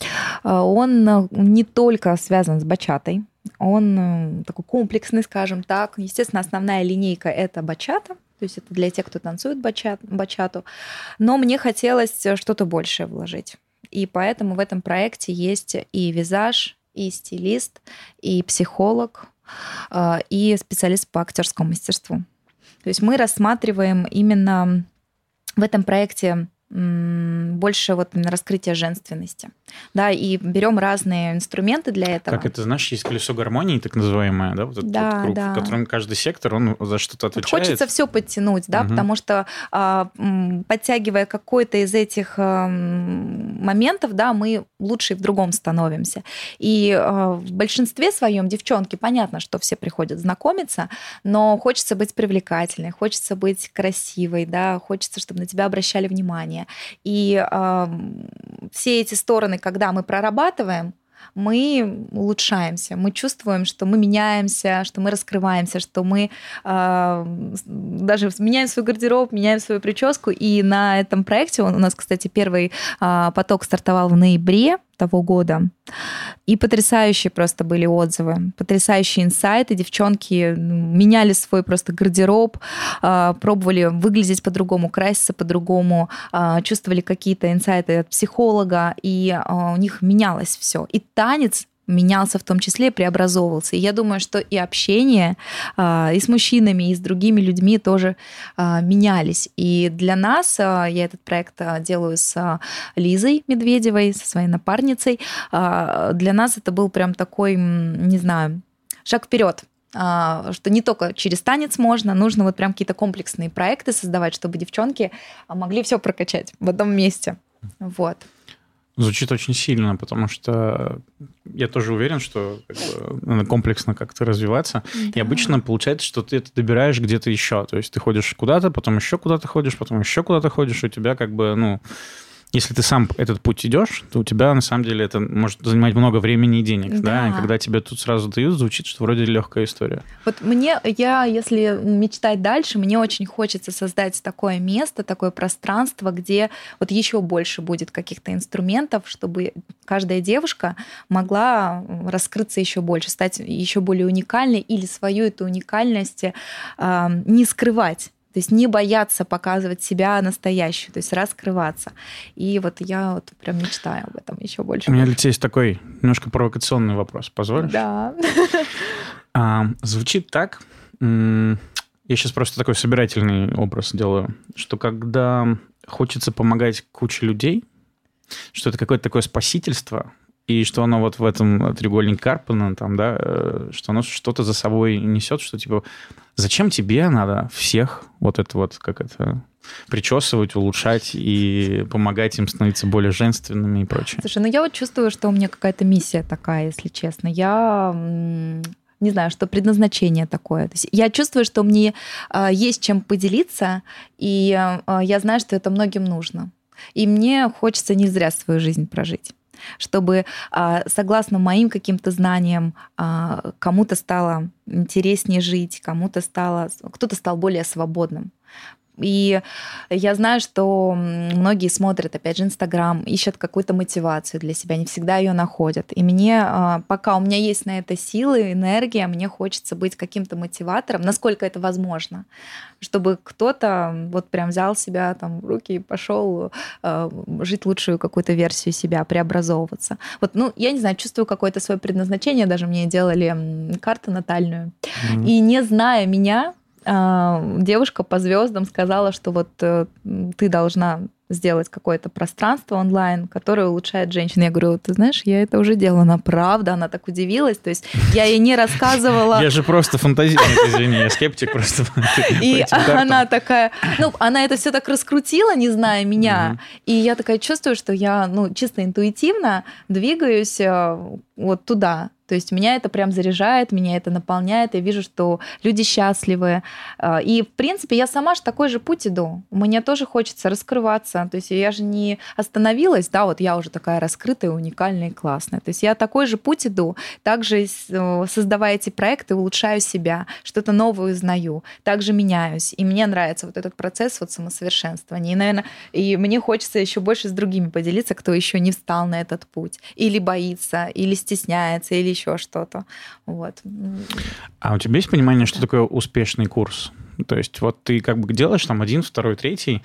А, Он э, не только связан с бачатой, он э, такой комплексный, скажем так. Естественно, основная линейка — это бачата, то есть это для тех, кто танцует бачат, бачату. Но мне хотелось что-то большее вложить. И поэтому в этом проекте есть и визаж, и стилист, и психолог, э, и специалист по актерскому мастерству. То есть мы рассматриваем именно в этом проекте м, больше вот именно раскрытия женственности. Да, и берем разные инструменты для этого. Как это, знаешь, есть колесо гармонии, так называемое, да, вот этот Да, вот круг, да. в котором каждый сектор, он за что-то Вот отвечает. хочется все подтянуть, да, Мгм. потому что а, м, подтягивая какой-то из этих а, м, моментов, да, мы лучше в другом становимся. И а, в большинстве своем девчонки, понятно, что все приходят знакомиться, но хочется быть привлекательной, хочется быть красивой, да, хочется, чтобы на тебя обращали внимание. И а, м, все эти стороны, когда мы прорабатываем, мы улучшаемся, мы чувствуем, что мы меняемся, что мы раскрываемся, что мы э, даже меняем свой гардероб, меняем свою прическу. И на этом проекте, он, у нас, кстати, первый э, поток стартовал в ноябре того года. И потрясающие просто были отзывы, потрясающие инсайты. Девчонки меняли свой просто гардероб, э, пробовали выглядеть по-другому, краситься по-другому, э, чувствовали какие-то инсайты от психолога, и э, у них менялось все. И танец менялся в том числе, преобразовывался. И я думаю, что и общение э, и с мужчинами, и с другими людьми тоже э, менялись. И для нас, э, я этот проект э, делаю с э, Лизой Медведевой, со своей напарницей, э, для нас это был прям такой, м, не знаю, шаг вперед, что не только через танец можно, нужно вот прям какие-то комплексные проекты создавать, чтобы девчонки могли все прокачать в одном месте. Вот. Звучит очень сильно, потому что я тоже уверен, что как бы, надо комплексно как-то развиваться. Да. И обычно получается, что ты это добираешь где-то еще. То есть ты ходишь куда-то, потом еще куда-то ходишь, потом еще куда-то ходишь, и у тебя как бы, ну... Если ты сам этот путь идешь, то у тебя на самом деле это может занимать много времени и денег, да. да? И когда тебе тут сразу дают, звучит, что вроде легкая история. Вот мне, я, если мечтать дальше, мне очень хочется создать такое место, такое пространство, где вот еще больше будет каких-то инструментов, чтобы каждая девушка могла раскрыться еще больше, стать еще более уникальной или свою эту уникальность э, не скрывать. То есть не бояться показывать себя настоящую, то есть раскрываться. И вот я вот прям мечтаю об этом еще больше. У меня для тебя есть такой немножко провокационный вопрос. Позволишь? Да. А, звучит так. Я сейчас просто такой собирательный образ делаю, что когда хочется помогать куче людей, что это какое-то такое спасительство, и что оно вот в этом треугольнике Карпмана, там, да, что оно что-то за собой несет, что типа зачем тебе надо всех вот это вот, как это, причесывать, улучшать и помогать им становиться более женственными и прочее? Слушай, ну я вот чувствую, что у меня какая-то миссия такая, если честно. Я не знаю, что предназначение такое. То есть я чувствую, что мне есть чем поделиться, и я знаю, что это многим нужно. И мне хочется не зря свою жизнь прожить, чтобы, согласно моим каким-то знаниям, кому-то стало интереснее жить, кому-то стало, кто-то стал более свободным. И я знаю, что многие смотрят, опять же, Инстаграм, ищут какую-то мотивацию для себя, не всегда ее находят. И мне, пока у меня есть на это силы, энергия, мне хочется быть каким-то мотиватором, насколько это возможно, чтобы кто-то вот прям взял себя там в руки и пошел жить лучшую какую-то версию себя, преобразовываться. Вот, ну, я не знаю, чувствую какое-то свое предназначение, даже мне делали карту натальную. Mm-hmm. И не зная меня, девушка по звездам сказала, что вот ты должна сделать какое-то пространство онлайн, которое улучшает женщин. Я говорю, ты знаешь, я это уже делала. Она правда, она так удивилась. То есть я ей не рассказывала... Я же просто фантазирую, извини, я скептик просто. И она такая... Ну, она это все так раскрутила, не зная меня. И я такая чувствую, что я, ну, чисто интуитивно двигаюсь вот туда. То То есть меня это прям заряжает, меня это наполняет, я вижу, что люди счастливы. И, в принципе, я сама же такой же путь иду. Мне тоже хочется раскрываться. То есть я же не остановилась, да, вот я уже такая раскрытая, уникальная и классная. То есть я такой же путь иду, также создавая эти проекты, улучшаю себя, что-то новое узнаю, также меняюсь. И мне нравится вот этот процесс вот самосовершенствования. И, наверное, и мне хочется еще больше с другими поделиться, кто еще не встал на этот путь. Или боится, или стесняется, или еще что-то. Вот. А у тебя есть понимание, что такое успешный курс? То есть вот ты как бы делаешь там один, второй, третий,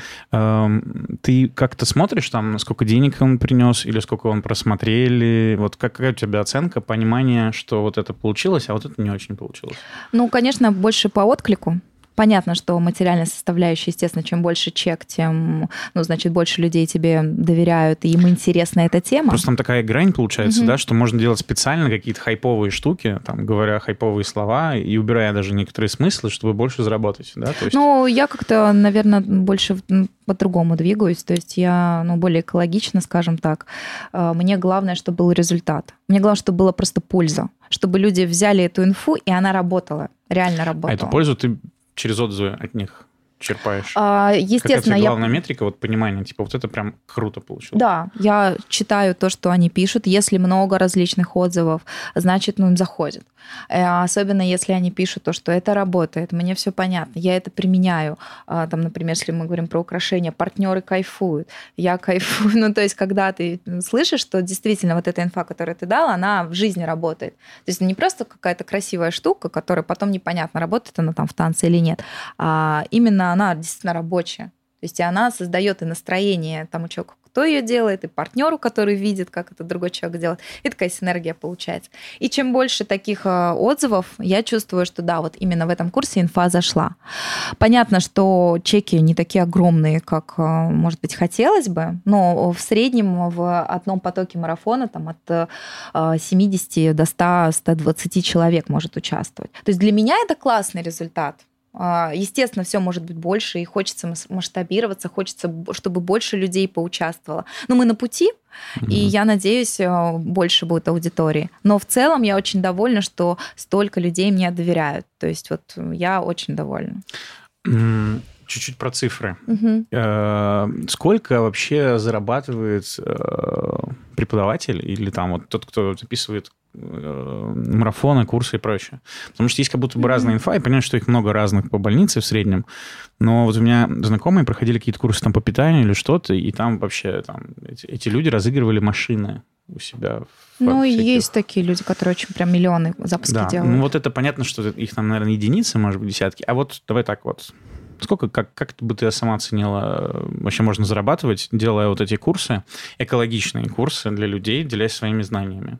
эм, ты как-то смотришь там, сколько денег он принес или сколько он просмотрели, вот какая у тебя оценка, понимание, что вот это получилось, а вот это не очень получилось? Ну, конечно, больше по отклику. Понятно, что материальная составляющая, естественно, чем больше чек, тем, ну, значит, больше людей тебе доверяют, и им интересна эта тема. Просто там такая грань получается, Угу. да, что можно делать специально какие-то хайповые штуки, там, говоря хайповые слова и убирая даже некоторые смыслы, чтобы больше заработать, да? То есть... Ну, я как-то, наверное, больше по-другому двигаюсь, то есть я, ну, более экологично, скажем так. Мне главное, чтобы был результат. Мне главное, чтобы была просто польза, чтобы люди взяли эту инфу, и она работала, реально работала. А эту пользу ты через отзывы от них черпаешь? А, естественно, Какая главная я... метрика, вот понимание, типа вот это прям круто получилось? Да, я читаю то, что они пишут. Если много различных отзывов, значит, ну, им заходит. Особенно если они пишут то, что это работает, мне все понятно, я это применяю. Там, например, если мы говорим про украшения, партнеры кайфуют, я кайфую. Ну, то есть, когда ты слышишь, что действительно вот эта инфа, которую ты дал, она в жизни работает. То есть не просто какая-то красивая штука, которая потом непонятно, работает она там в танце или нет, а именно она действительно рабочая. То есть и она создает и настроение тому человеку, кто ее делает, и партнеру, который видит, как это другой человек делает. И такая синергия получается. И чем больше таких отзывов, я чувствую, что да, вот именно в этом курсе инфа зашла. Понятно, что чеки не такие огромные, как, может быть, хотелось бы, но в среднем в одном потоке марафона там, от семидесяти до ста - ста двадцати человек может участвовать. То есть для меня это классный результат. Естественно, все может быть больше, и хочется масштабироваться, хочется, чтобы больше людей поучаствовало. Но мы на пути, mm-hmm. и я надеюсь, больше будет аудитории. Но в целом я очень довольна, что столько людей мне доверяют. То есть вот я очень довольна. Mm-hmm. Чуть-чуть про цифры. Mm-hmm. Сколько вообще зарабатывает преподаватель или там вот тот, кто записывает марафоны, курсы и прочее? Потому что есть как будто бы mm-hmm. разная инфа, и понятно, что их много разных по больнице в среднем, но вот у меня знакомые проходили какие-то курсы там по питанию или что-то, и там вообще там, эти, эти люди разыгрывали машины у себя. Ну, всяких... есть такие люди, которые очень прям миллионы запуски да. делают. Ну, вот это понятно, что их там, наверное, единицы, может быть, десятки. А вот давай так вот. Сколько, как, как бы ты сама оценила, вообще можно зарабатывать, делая вот эти курсы, экологичные курсы для людей, делясь своими знаниями?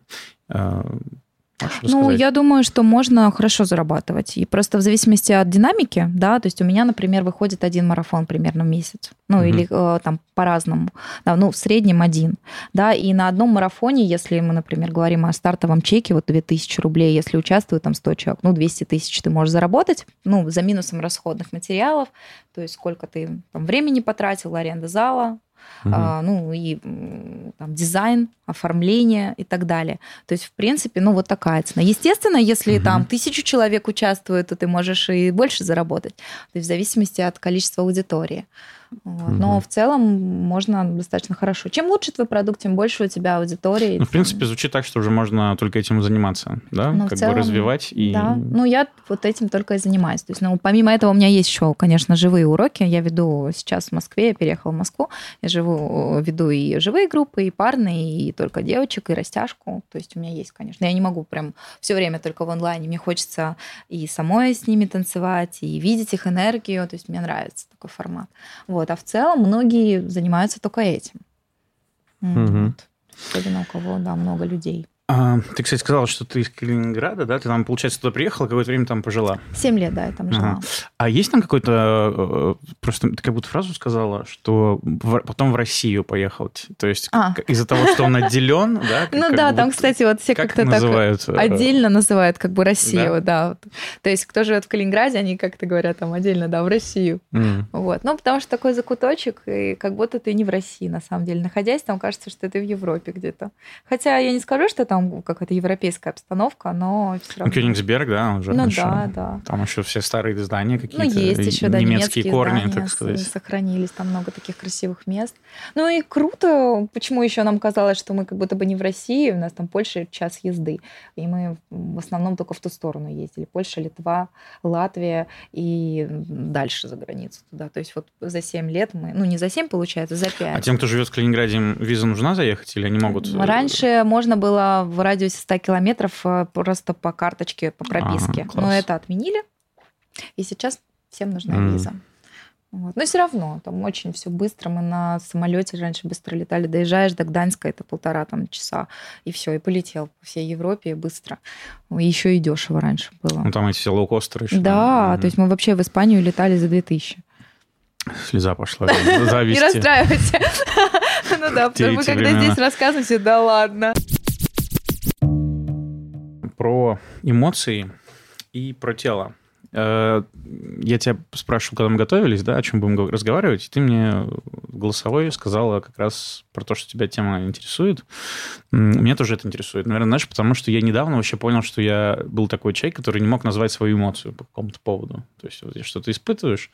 Ну, я думаю, что можно хорошо зарабатывать. И просто в зависимости от динамики, да, то есть у меня, например, выходит один марафон примерно в месяц. Ну, uh-huh. или э, там по-разному. Да, ну, в среднем один. Да, и на одном марафоне, если мы, например, говорим о стартовом чеке, вот две тысячи рублей, если участвует там сто человек, ну, двести тысяч ты можешь заработать, ну, за минусом расходных материалов, то есть сколько ты там времени потратил, аренда зала, Uh-huh. а, ну и там, дизайн, оформление и так далее. То есть, в принципе, ну вот такая цена. Естественно, если uh-huh. там тысячу человек участвует, то ты можешь и больше заработать. То есть в зависимости от количества аудитории. Вот. Uh-huh. Но в целом можно достаточно хорошо. Чем лучше твой продукт, тем больше у тебя аудитории. Ну, в принципе, звучит так, что уже можно только этим заниматься, да? Ну, как целом, бы развивать. И... Да, ну я вот этим только и занимаюсь. То есть, ну, помимо этого у меня есть еще, конечно, живые уроки. Я веду сейчас в Москве, я переехала в Москву. Я живу, веду и живые группы, и парные, и только девочек, и растяжку. То есть у меня есть, конечно. Я не могу прям все время только в онлайне. Мне хочется и самой с ними танцевать, и видеть их энергию. То есть мне нравится такой формат. Вот. А в целом многие занимаются только этим. Угу. Вот. Особенно у кого, да, много людей. А, ты, кстати, сказала, что ты из Калининграда, да? Ты там, получается, туда приехала, какое-то время там пожила. Семь лет, да, я там жила. Ага. А есть там какой-то... Просто ты как будто фразу сказала, что в, потом в Россию поехал. То есть а. из-за того, что он отделен, да? Ну да, там, кстати, вот все как-то так отдельно называют как бы Россию, да. То есть кто живет в Калининграде, они как-то говорят там отдельно, да, в Россию. Вот. Ну, потому что такой закуточек, и как будто ты не в России, на самом деле. Находясь там, кажется, что ты в Европе где-то. Хотя я не скажу, что там слишком какая-то европейская обстановка, но все равно. Кёнигсберг, да, уже. Ну еще, да, да. Там еще все старые здания какие-то. Ну, есть еще, да, немецкие, немецкие корни, здания так сказать. Сохранились, там много таких красивых мест. Ну и круто, почему еще нам казалось, что мы как будто бы не в России, у нас там Польша час езды, и мы в основном только в ту сторону ездили. Польша, Литва, Латвия и дальше за границу туда. То есть вот за семь лет мы, ну не за семь получается, за пять. А тем, кто живет в Калининграде, им виза нужна заехать или они могут? Раньше можно было в радиусе ста километров просто по карточке, по прописке. А, но это отменили, и сейчас всем нужна mm. виза. Вот. Но все равно там очень все быстро. Мы на самолете раньше быстро летали. Доезжаешь до Гданьска, это полтора там, часа, и все, и полетел по всей Европе быстро. Еще и дешево раньше было. Ну там эти все лоукостеры еще. Да, mm-hmm. то есть мы вообще в Испанию летали за две тысячи. Слеза пошла. Зависти. Не расстраивайся. Ну да, потому что когда здесь рассказываете, да ладно. Про эмоции и про тело. Я тебя спрашивал, когда мы готовились, да, о чем будем разговаривать, и ты мне голосовой сказала как раз про то, что тебя тема интересует. Меня тоже это интересует. Наверное, знаешь, потому что я недавно вообще понял, что я был такой человек, который не мог назвать свою эмоцию по какому-то поводу. То есть вот что ты испытываешь,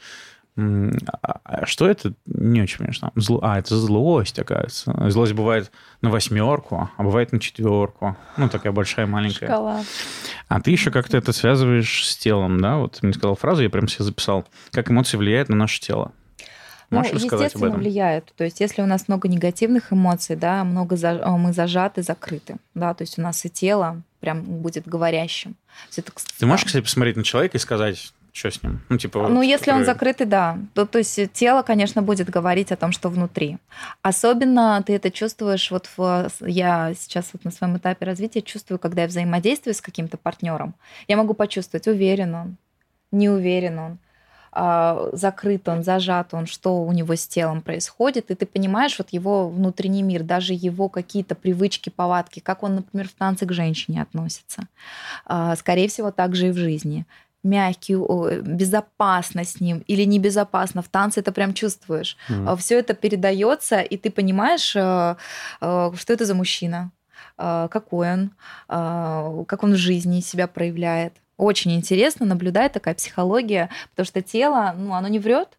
а что это? Не очень понимаешь. Там, зло... А, это злость, оказывается. Злость бывает на восьмерку, а бывает на четверку. Ну, такая большая, маленькая. Шкала. А ты еще как-то это связываешь с телом, да? Вот ты мне сказал фразу, я прям себе записал. Как эмоции влияют на наше тело? Можешь ну, рассказать об естественно, этом? влияют. То есть, если у нас много негативных эмоций, да, много за... мы зажаты, закрыты, да, то есть у нас и тело прям будет говорящим. Это, кстати, ты можешь, кстати, посмотреть на человека и сказать, что с ним? Ну, типа, ну вот, если который... он закрытый, да. То, то есть тело, конечно, будет говорить о том, что внутри. Особенно ты это чувствуешь, вот в... я сейчас вот на своем этапе развития чувствую, когда я взаимодействую с каким-то партнером, я могу почувствовать, уверен он, не уверен он, закрыт он, зажат он, что у него с телом происходит, и ты понимаешь вот его внутренний мир, даже его какие-то привычки, повадки, как он, например, в танце к женщине относится. Скорее всего, так же и в жизни. Мягкий, безопасно с ним или небезопасно. В танце это прям чувствуешь. Mm. Все это передается, и ты понимаешь, что это за мужчина, какой он, как он в жизни себя проявляет. Очень интересно наблюдать, такая психология, потому что тело, ну, оно не врет,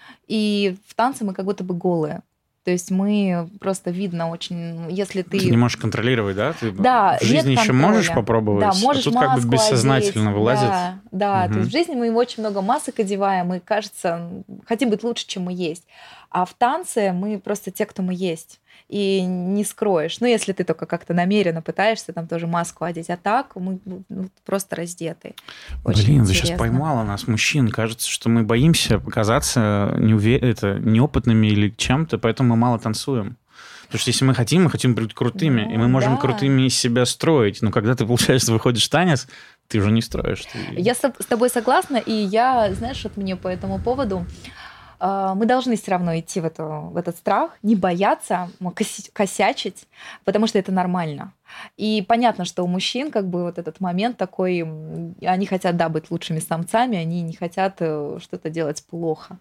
и в танце мы как будто бы голые. То есть мы просто видно очень, если ты... Ты не можешь контролировать, да? Ты да, в жизни еще можешь попробовать, да, можешь а тут как бы бессознательно одеть. вылазит. Да, да. Угу. То есть в жизни мы очень много масок одеваем, и, кажется, хотим быть лучше, чем мы есть. А в танце мы просто те, кто мы есть. И не скроешь. Ну, если ты только как-то намеренно пытаешься там тоже маску одеть. А так мы ну, просто раздеты. Очень Блин, интересно. Ты сейчас поймала нас, мужчин. Кажется, что мы боимся показаться неувер... это, неопытными или чем-то, поэтому мы мало танцуем. Потому что если мы хотим, мы хотим быть крутыми, ну, и мы можем да. крутыми из себя строить. Но когда ты, получается, выходишь в танец, ты уже не строишь. Ты... Я с тобой согласна, и я, знаешь, вот мне по этому поводу... Мы должны все равно идти в, эту, в этот страх, не бояться косячить, потому что это нормально. И понятно, что у мужчин как бы вот этот момент такой, они хотят, да, быть лучшими самцами, они не хотят что-то делать плохо.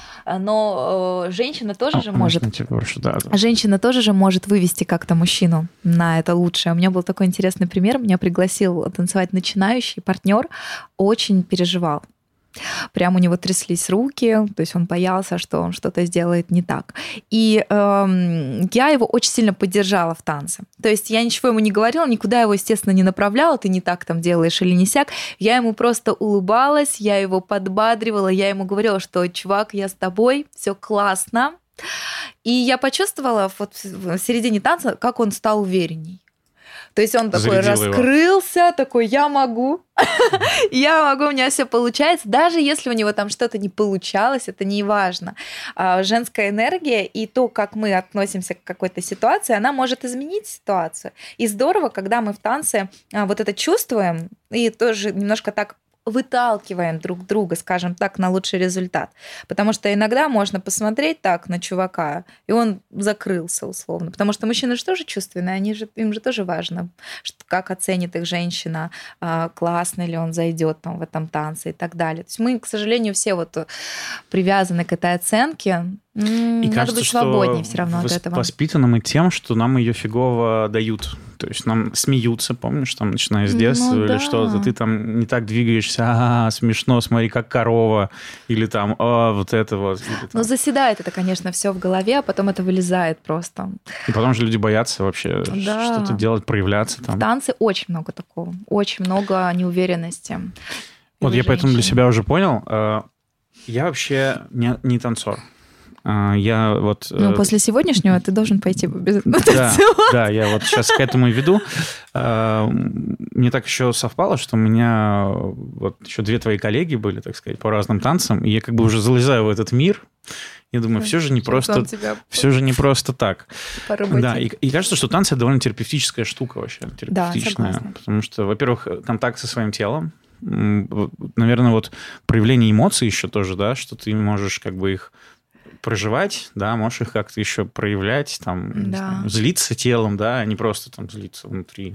Но женщина тоже а, же может... Прошу, да, да. Женщина тоже же может вывести как-то мужчину на это лучшее. У меня был такой интересный пример. Меня пригласил танцевать начинающий партнер, очень переживал. Прям у него тряслись руки, то есть он боялся, что он что-то сделает не так. И э, я его очень сильно поддержала в танце. То есть я ничего ему не говорила, никуда его, естественно, не направляла, ты не так там делаешь или не сяк. Я ему просто улыбалась, я его подбадривала, я ему говорила, что, чувак, я с тобой, все классно. И я почувствовала вот в середине танца, как он стал уверенней. То есть он такой Зарядила раскрылся, его. Такой, я могу, я могу, у меня все получается. Даже если у него там что-то не получалось, это не важно. Женская энергия и то, как мы относимся к какой-то ситуации, она может изменить ситуацию. И здорово, когда мы в танце вот это чувствуем и тоже немножко так выталкиваем друг друга, скажем так, на лучший результат. Потому что иногда можно посмотреть так на чувака, и он закрылся условно. Потому что мужчины же тоже чувственные, они же, им же тоже важно, как оценит их женщина, классно ли он зайдет там в этом танце и так далее. То есть мы, к сожалению, все вот привязаны к этой оценке. Mm, и надо кажется, быть свободнее что все равно вос- от этого. воспитаны мы тем, что нам ее фигово дают. То есть нам смеются, помнишь, там, начиная с детства Ну, или да. что-то, ты там не так двигаешься, а смешно, смотри, как корова, или там, а, вот это вот. Или, там. Ну, заседает это, конечно, все в голове, а потом это вылезает просто. И потом же люди боятся вообще Да. что-то делать, проявляться там. В танце очень много такого, очень много неуверенности. Вот у я поэтому для женщин. себя уже понял, э, я вообще не, не танцор. Э, Я вот... Ну, э, после сегодняшнего ты должен пойти обязательно Да, танцевать. да, я вот сейчас к этому и веду. Э, Мне так еще совпало, что у меня вот еще две твои коллеги были, так сказать, по разным танцам, и я как бы уже залезаю в этот мир. Я думаю, все же не Сейчас просто, он тебя все же не просто так. поработит. Да, и, и кажется, что танцы это довольно терапевтическая штука вообще, терапевтичная, согласна. потому что, во-первых, контакт со своим телом, м, вот, наверное, вот проявление эмоций еще тоже, да, что ты можешь как бы их проживать, да, можешь их как-то еще проявлять, там, не Да. знаю, злиться телом, да, а не просто там злиться внутри.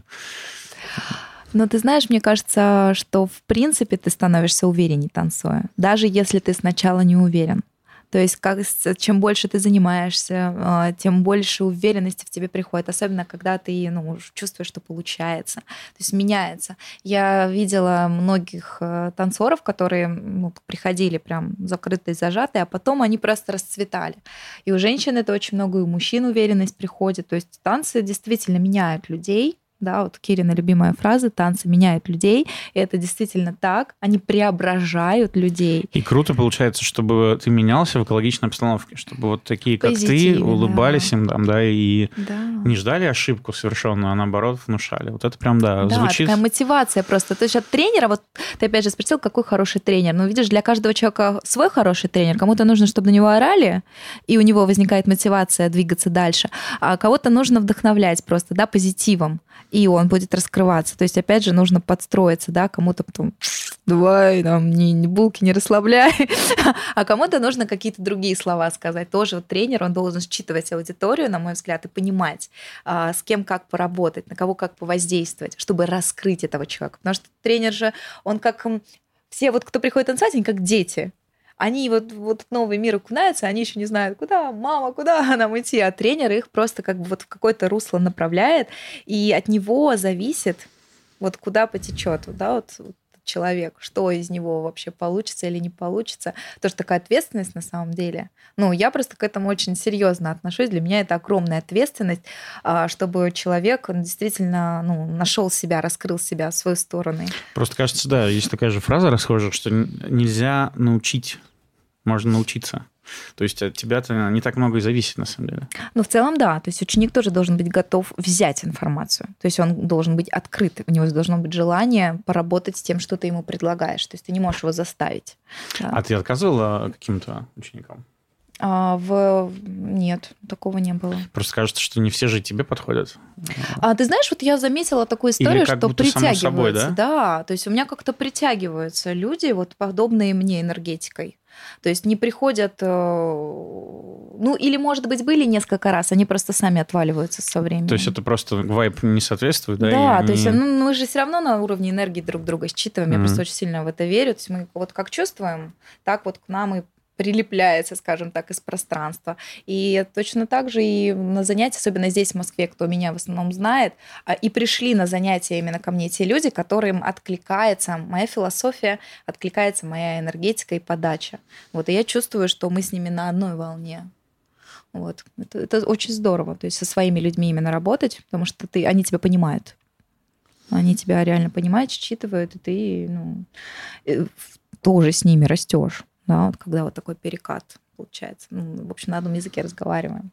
Но ты знаешь, мне кажется, что в принципе ты становишься уверенней танцуя, даже если ты сначала не уверен. То есть как, с- чем больше ты занимаешься, а, тем больше уверенности в тебе приходит, особенно когда ты ну, уже чувствуешь, что получается, то есть меняется. Я видела многих э, танцоров, которые ну, приходили прям закрытые, зажатые, а потом они просто расцветали. И у женщин это очень много, и у мужчин уверенность приходит. То есть танцы действительно меняют людей. Да, вот Кирина любимая фраза: танцы меняют людей, и это действительно так, они преображают людей. И круто получается, чтобы ты менялся в экологичной обстановке, чтобы вот такие, как ты, Позитиве, улыбались да. им там, да, и Да. не ждали ошибку совершенную, а наоборот внушали. Вот это прям, да, Да, звучит... такая мотивация просто. То есть от тренера, вот ты опять же спросил, какой хороший тренер. Ну, видишь, для каждого человека свой хороший тренер. Кому-то нужно, чтобы на него орали, и у него возникает мотивация двигаться дальше. А кого-то нужно вдохновлять просто, да, позитивом, и он будет раскрываться. То есть, опять же, нужно подстроиться, да, кому-то потом давай, там, не, не булки не расслабляй, а кому-то нужно какие-то другие слова сказать. Тоже вот тренер, он должен считывать аудиторию, на мой взгляд, и понимать, а, с кем как поработать, на кого как повоздействовать, чтобы раскрыть этого человека. Потому что тренер же, он как... м, Все вот, кто приходит танцевать, они как дети. Они вот, вот в новый мир окунаются, они еще не знают, куда, мама, куда нам идти, а тренер их просто как бы вот в какое-то русло направляет, и от него зависит, вот куда потечет, да, вот, вот человек, что из него вообще получится или не получится. Тоже такая ответственность на самом деле. Ну, я просто к этому очень серьезно отношусь. Для меня это огромная ответственность, а, чтобы человек он действительно ну, нашел себя, раскрыл себя в свою сторону. Просто кажется, да, есть такая же фраза расхожая, что н- нельзя научить, можно научиться. То есть от тебя-то не так много и зависит, на самом деле. Ну, в целом, да. То есть ученик тоже должен быть готов взять информацию. То есть он должен быть открыт. У него должно быть желание поработать с тем, что ты ему предлагаешь. То есть ты не можешь его заставить. Да. А ты отказывала каким-то ученикам? А, в... Нет, такого не было. Просто кажется, что не все же тебе подходят. А ты знаешь, вот я заметила такую историю, Или как что будто само притягиваются. собой, да? Да, то есть у меня как-то притягиваются люди, вот подобные мне энергетикой. То есть не приходят, э, ну или, может быть, были несколько раз, они просто сами отваливаются со временем. То есть это просто вайб не соответствует, да? Да, и то есть не- ну, мы же все равно на уровне энергии друг друга считываем. Я Мгм. просто очень сильно в это верю. То есть мы вот как чувствуем, так вот к нам и прилепляется, скажем так, из пространства. И точно так же и на занятия, особенно здесь, в Москве, кто меня в основном знает, а, и пришли на занятия именно ко мне те люди, которым откликается моя философия, откликается моя энергетика и подача. Вот, и я чувствую, что мы с ними на одной волне. Вот. Это, это очень здорово, то есть со своими людьми именно работать, потому что ты, они тебя понимают. Они тебя реально понимают, считывают, и ты ну, э, тоже с ними растешь. Да, вот когда вот такой перекат получается. Ну, в общем, на одном языке разговариваем.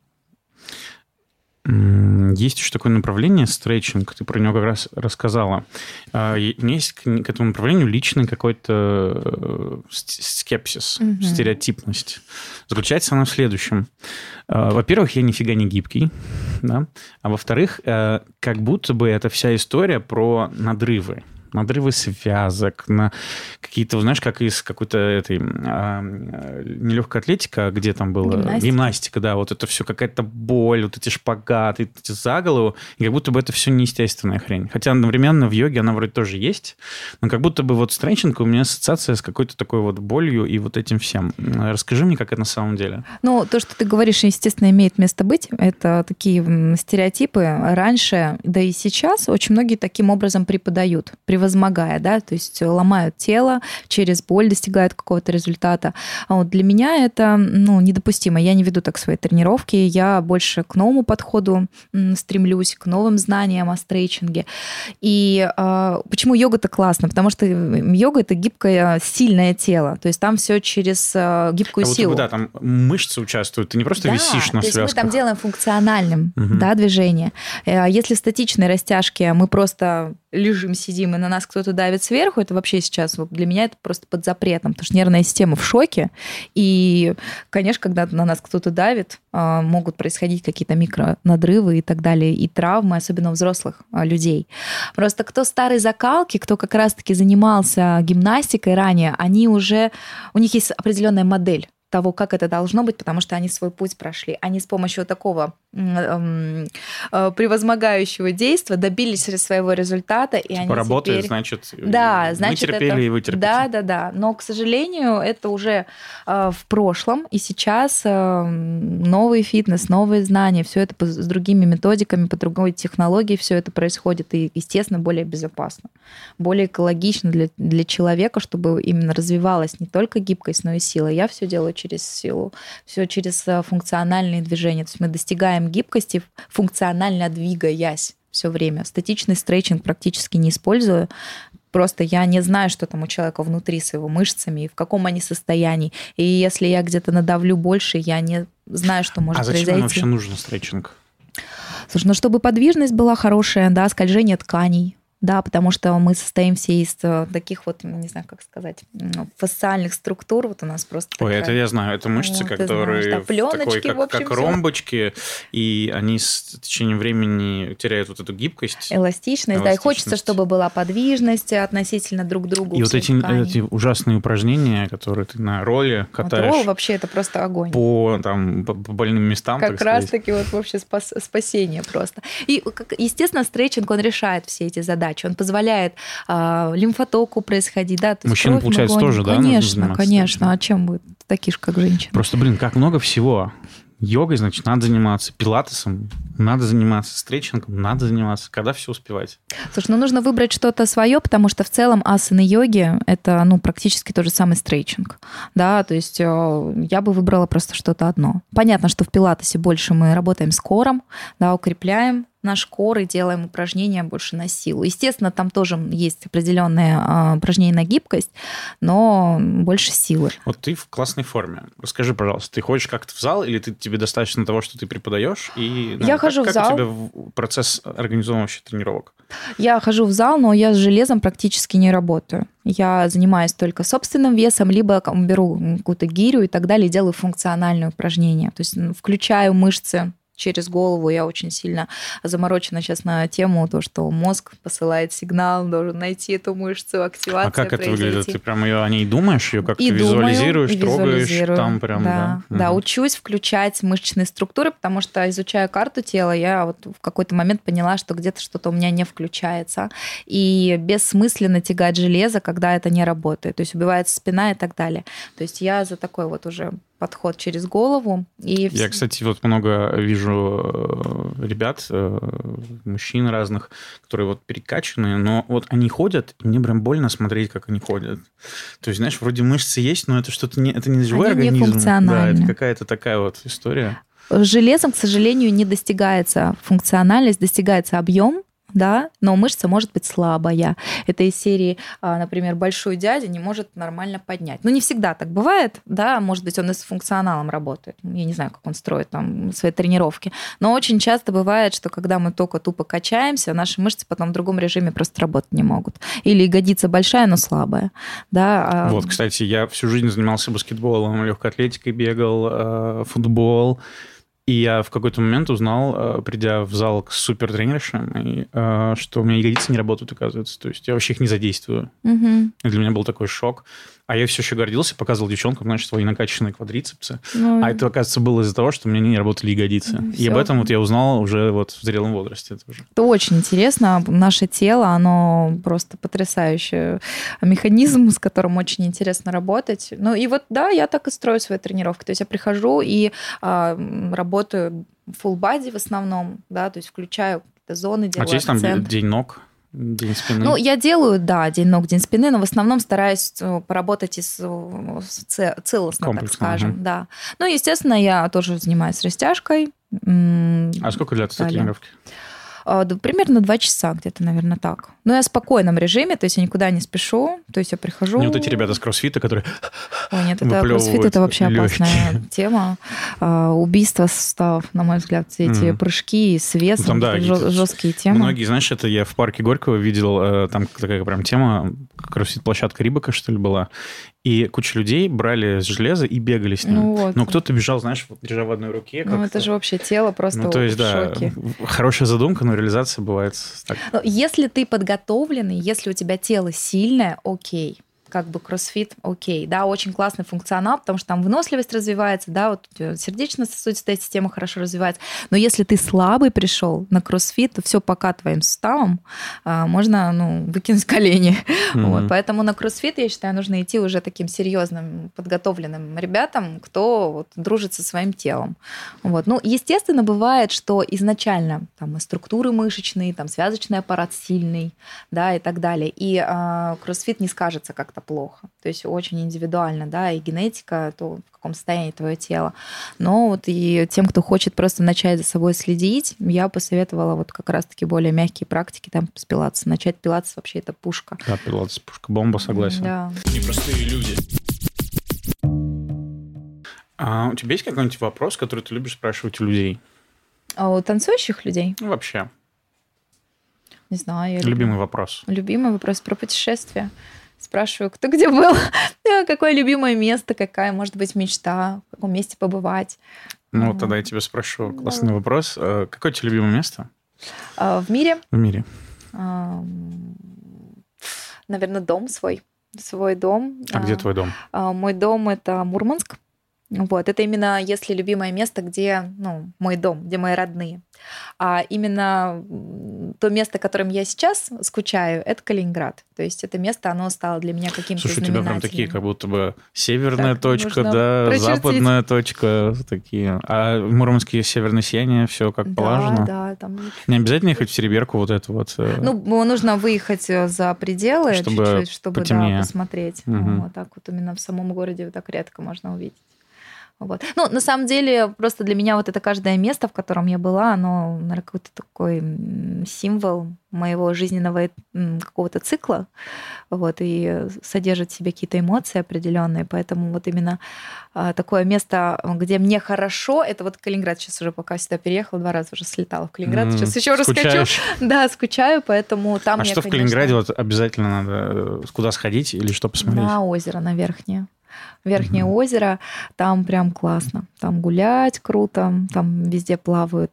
М, Есть еще такое направление, стретчинг, ты про него как раз рассказала. А, и У меня есть к к этому направлению личный какой-то э, ст- скепсис, Мгм. стереотипность. Заключается она в следующем. А, Во-первых, я нифига не гибкий, да? А во-вторых, э, как будто бы это вся история про надрывы. надрывы связок, на какие-то, знаешь, как из какой-то этой а, не легкой атлетики, а где там было? Гимнастика. Гимнастика, да, вот это все какая-то боль, вот эти шпагаты, эти за голову, и как будто бы это все неестественная хрень. Хотя одновременно в йоге она вроде тоже есть, но как будто бы вот стретчинг у меня ассоциация с какой-то такой вот болью и вот этим всем. Расскажи мне, как это на самом деле. Ну, то, что ты говоришь, естественно, имеет место быть. Это такие стереотипы. Раньше, да и сейчас, очень многие таким образом преподают, превозмогая, да, то есть ломают тело, через боль достигают какого-то результата. А вот для меня это, ну, недопустимо. Я не веду так свои тренировки, я больше к новому подходу стремлюсь, к новым знаниям о стретчинге. И а, почему йога-то классно? Потому что йога — это гибкое, сильное тело, то есть там все через а, гибкую а силу. Вот, да, там мышцы участвуют, ты не просто да, висишь на то есть связках. мы там делаем функциональным, угу. да, движение. Если в статичной растяжке мы просто лежим, сидим, и на нас кто-то давит сверху, это вообще сейчас для меня это просто под запретом, потому что нервная система в шоке, и, конечно, когда на нас кто-то давит, могут происходить какие-то микронадрывы и так далее, и травмы, особенно у взрослых людей. Просто кто старой закалки, кто как раз-таки занимался гимнастикой ранее, они уже, у них есть определенная модель того, как это должно быть, потому что они свой путь прошли. Они с помощью такого э, э, превозмогающего действия добились своего результата, и типа они работает, теперь... значит, да, значит, мы терпели, это... и вы терпите. Да, да, да. Но, к сожалению, это уже э, в прошлом, и сейчас э, новый фитнес, новые знания, все это с другими методиками, по другой технологии все это происходит, и, естественно, более безопасно, более экологично для, для человека, чтобы именно развивалась не только гибкость, но и сила. Я все делаю через силу, все через функциональные движения. То есть мы достигаем гибкости, функционально двигаясь все время. Статичный стретчинг практически не использую. Просто я не знаю, что там у человека внутри с его мышцами, и в каком они состоянии. И если я где-то надавлю больше, я не знаю, что может а зачем произойти. А зачем вообще нужен стретчинг? Слушай, ну чтобы подвижность была хорошая, да, скольжение тканей. Да, потому что мы состоим все из таких вот, не знаю, как сказать, фасциальных структур. Вот у нас просто Ой, такая... это я знаю. Это мышцы, вот, которые знаешь, да, пленочки, такой, как, в общем, как ромбочки, и они с течением времени теряют вот эту гибкость. Эластичность, да, и хочется, чтобы была подвижность относительно друг к другу. И вот эти, эти ужасные упражнения, которые ты на ролле катаешь. Вот ролл вообще это просто огонь. По, там, по, по больным местам, как так раз сказать. таки вот вообще спас, спасение просто. И, естественно, стретчинг, он решает все эти задачи. Он позволяет а, лимфотоку происходить. Да, мужчина, получается, тоже, да? Конечно, конечно. А чем будет? Такие же, как женщины. Просто, блин, как много всего. Йогой, значит, надо заниматься, пилатесом надо заниматься, стретчингом надо заниматься. Когда все успевать? Слушай, ну нужно выбрать что-то свое, потому что в целом асаны йоги — это, ну, практически тот же самый стретчинг. Да, то есть я бы выбрала просто что-то одно. Понятно, что в пилатесе больше мы работаем с кором, да, укрепляем наш кор и делаем упражнения больше на силу. Естественно, там тоже есть определенные упражнения на гибкость, но больше силы. Вот ты в классной форме. Расскажи, пожалуйста, ты ходишь как-то в зал, или ты, тебе достаточно того, что ты преподаешь? И, ну, я как, хожу как в зал. у тебя процесс организован вообще тренировок? Я хожу в зал, но я с железом практически не работаю. Я занимаюсь только собственным весом, либо беру какую-то гирю и так далее, и делаю функциональные упражнения. То есть включаю мышцы через голову. Я очень сильно заморочена сейчас на тему, то, что мозг посылает сигнал, должен найти эту мышцу, активация А как произойти. это выглядит? Ты прям ее о ней думаешь, ее как-то и визуализируешь, думаю, и трогаешь, визуализирую. там прям, да. да? Да, угу. учусь включать мышечные структуры, потому что, изучая карту тела, я вот в какой-то момент поняла, что где-то что-то у меня не включается. И бессмысленно тягать железо, когда это не работает. То есть убивается спина и так далее. То есть я за такой вот уже подход через голову. И... Я, кстати, вот много вижу ребят, мужчин разных, которые вот перекачанные, но вот они ходят, и мне прям больно смотреть, как они ходят. То есть, знаешь, вроде мышцы есть, но это что-то не, это не живой они организм. Не функциональны. Да, это какая-то такая вот история. Железом, к сожалению, не достигается функциональность, достигается объем, да, но мышца может быть слабая. Это из серии, например, большой дядя не может нормально поднять. Ну, не всегда так бывает, да, может быть, он и с функционалом работает. Я не знаю, как он строит там свои тренировки. Но очень часто бывает, что когда мы только тупо качаемся, наши мышцы потом в другом режиме просто работать не могут. Или ягодица большая, но слабая. Да. Вот, кстати, я всю жизнь занимался баскетболом, легкой атлетикой бегал, футбол. И я в какой-то момент узнал, придя в зал к супертренершам, что у меня ягодицы не работают, оказывается. То есть я вообще их не задействую. Угу. И для меня был такой шок. А я все еще гордился, показывал девчонкам, значит, свои накачанные квадрицепсы. Ну, а это, оказывается, было из-за того, что у меня не работали ягодицы. Все. И об этом вот я узнал уже вот в зрелом возрасте тоже. Это очень интересно. Наше тело, оно просто потрясающий механизм, с которым очень интересно работать. Ну и вот, да, я так и строю свои тренировки. То есть я прихожу и а, работаю full body в основном, да, то есть включаю какие-то зоны, делаю акцент. А есть там день ног? День спины? Ну, я делаю, да, день ног, день спины, но в основном стараюсь поработать и целостно, комплексно, так скажем, угу. да. Ну, естественно, я тоже занимаюсь растяжкой. А сколько длятся тренировки? Примерно два часа где-то, наверное, так. Но я в спокойном режиме, то есть я никуда не спешу, то есть я прихожу... Не вот эти ребята с кроссфита, которые Ой, нет, это кроссфит, это вообще легкие. Опасная тема. Убийство суставов, на мой взгляд, все эти mm. прыжки с весом, ну, там, да, жесткие темы. Многие, знаешь, это я в парке Горького видел, там такая прям тема, кроссфит-площадка Рибака, что ли, была, и куча людей брали с железа и бегали с ним. Ну, вот. Но кто-то бежал, знаешь, вот, держа в одной руке. Ну, это же вообще тело просто ну, то есть, в да, шоке. Хорошая задумка, но реализация бывает так. Но если ты подготовленный, если у тебя тело сильное, окей. Как бы кроссфит, окей, да, очень классный функционал, потому что там выносливость развивается, да, вот сердечно-сосудистая система хорошо развивается. Но если ты слабый пришел на кроссфит, то все пока твоим суставом а, можно, ну, выкинуть колени. Mm-hmm. Вот, поэтому на кроссфит, я считаю, нужно идти уже таким серьезным, подготовленным ребятам, кто вот, дружит со своим телом. Вот. Ну, естественно, бывает, что изначально там и структуры мышечные, там связочный аппарат сильный, да, и так далее. И а, кроссфит не скажется как-то плохо. То есть очень индивидуально, да, и генетика, то в каком состоянии твое тело. Но вот и тем, кто хочет просто начать за собой следить, я посоветовала вот как раз-таки более мягкие практики, там, с пилатес. Начать пилатес вообще это пушка. Да, пилатес пушка. Бомба, согласен. Да. Непростые люди. А у тебя есть какой-нибудь вопрос, который ты любишь спрашивать у людей? А у танцующих людей? Ну, вообще. Не знаю. Я Любимый люблю. вопрос. Любимый вопрос про путешествия. Спрашиваю, кто где был, какое любимое место, какая, может быть, мечта, в каком месте побывать. Ну, вот тогда я тебя спрошу. Классный да. вопрос. Какое у тебя любимое место? В мире? В мире. Наверное, дом свой. Свой дом. А где твой дом? Мой дом – это Мурманск. Вот, это именно если любимое место, где, ну, мой дом, где мои родные. А именно то место, которым я сейчас скучаю, это Калининград. То есть это место, оно стало для меня каким-то Слушай, знаменательным. у тебя прям такие, как будто бы северная так, точка, да, прочертить. Западная точка, такие. А в Мурманске северное сияние, все как да, положено. Да, там... Не обязательно ехать в Сереберку, вот это вот. Ну, нужно выехать за пределы чтобы чуть-чуть, чтобы да, посмотреть. Угу. Вот так вот именно в самом городе так редко можно увидеть. Вот. Ну, на самом деле, просто для меня вот это каждое место, в котором я была, оно, наверное, какой-то такой символ моего жизненного какого-то цикла, вот, и содержит в себе какие-то эмоции определенные, поэтому вот именно такое место, где мне хорошо, это вот Калининград. Сейчас уже пока сюда переехала, два раза уже слетала в Калининград, mm, сейчас еще скучаешь? Раскачу. Да, скучаю, поэтому там а мне, что конечно... в Калининграде вот обязательно надо куда сходить или что посмотреть? На озеро, на Верхнее. Верхнее mm-hmm. озеро, там прям классно. Там гулять круто, там везде плавают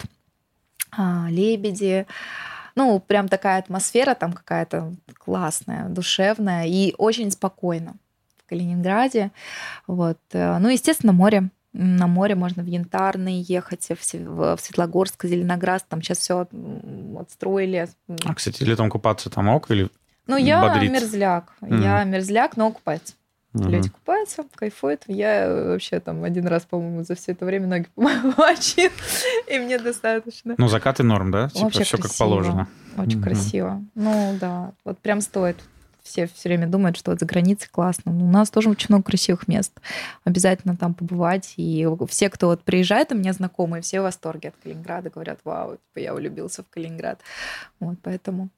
а, лебеди. Ну, прям такая атмосфера там какая-то классная, душевная и очень спокойно в Калининграде. Вот. Ну, естественно, море. На море можно в Янтарный ехать, в Светлогорск, Зеленоградск. Там сейчас все отстроили. А, кстати, летом купаться там ок или Ну, я бодрит? мерзляк. Mm-hmm. Я мерзляк, но купается. Uh-huh. Люди купаются, кайфуют. Я вообще там один раз, по-моему, за все это время ноги помочила, и мне достаточно. Ну, закаты норм, да? Типа вообще все красиво. Как положено. Очень uh-huh. красиво. Ну, да. Вот прям стоит. Все все время думают, что вот за границей классно. Но у нас тоже очень много красивых мест. Обязательно там побывать. И все, кто вот приезжает, у меня знакомые, все в восторге от Калининграда. Говорят, вау, типа, я влюбился в Калининград. Вот, поэтому...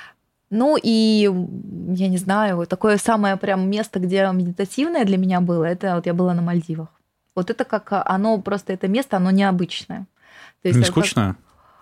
Ну и, я не знаю, такое самое прям место, где медитативное для меня было, это вот я была на Мальдивах. Вот это как оно, просто это место, оно необычное. То есть не скучно?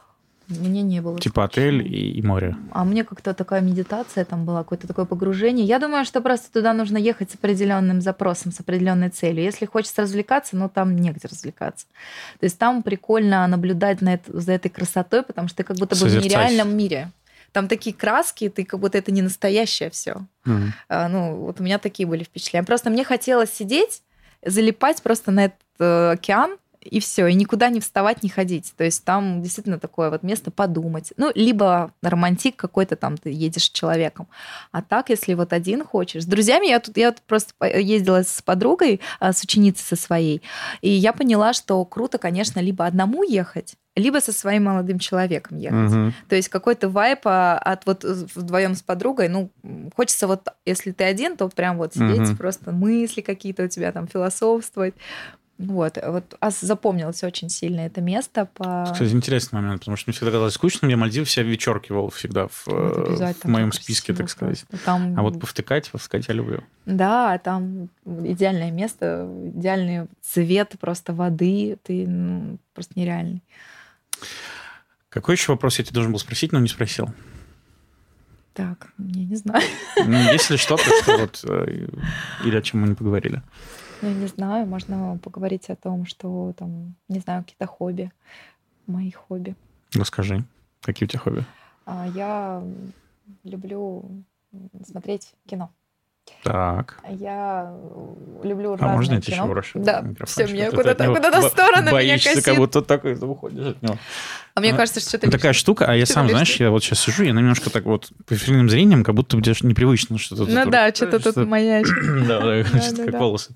Мне не было. Типа скучно. отель и, и море. А мне как-то такая медитация там была, какое-то такое погружение. Я думаю, что просто туда нужно ехать с определенным запросом, с определенной целью. Если хочется развлекаться, ну там негде развлекаться. То есть там прикольно наблюдать на это, за этой красотой, потому что ты как будто бы Созерцать. в нереальном мире. Там такие краски, ты как будто это не настоящее все. Mm. А, ну, вот у меня такие были впечатления. Просто мне хотелось сидеть, залипать просто на этот э, океан, и все, и никуда не вставать, не ходить. То есть там действительно такое вот место подумать. Ну, либо романтик какой-то там, ты едешь с человеком. А так, если вот один хочешь. С друзьями я тут я тут просто ездила с подругой, с ученицей со своей, и я поняла, что круто, конечно, либо одному ехать, либо со своим молодым человеком ехать. Угу. То есть какой-то вайп от вот вдвоем с подругой. Ну, хочется вот, если ты один, то прям вот сидеть, Угу. просто мысли какие-то у тебя там, философствовать. Вот, вот а запомнилось очень сильно это место. По... Кстати, интересный момент, потому что мне всегда казалось скучно, я Мальдивы себя вычеркивал всегда в, вот в моем списке, так сказать. Там... А вот повтыкать, повтыкать я люблю. Да, там идеальное место, идеальный цвет просто воды, ты ну, просто нереальный. Какой еще вопрос я тебе должен был спросить, но не спросил? Так, я не знаю. Ну, есть ли что-то, что вот... Или о чем мы не поговорили? Ну, не знаю, можно поговорить о том, что там, не знаю, какие-то хобби, мои хобби. Расскажи, какие у тебя хобби? Я люблю смотреть кино. Так. Я люблю а разное можно я тебе кино. еще брошу? Да, все, меня куда-то, куда-то в сторону боишься, меня косит. как будто такой уходишь от него. А мне кажется, что это такая штука, а я сам, знаешь, я вот сейчас сижу, я немножко так вот по периферийным зрением, как будто где непривычно что-то. Ну да, что-то тут маячит. Да, да, как волосы.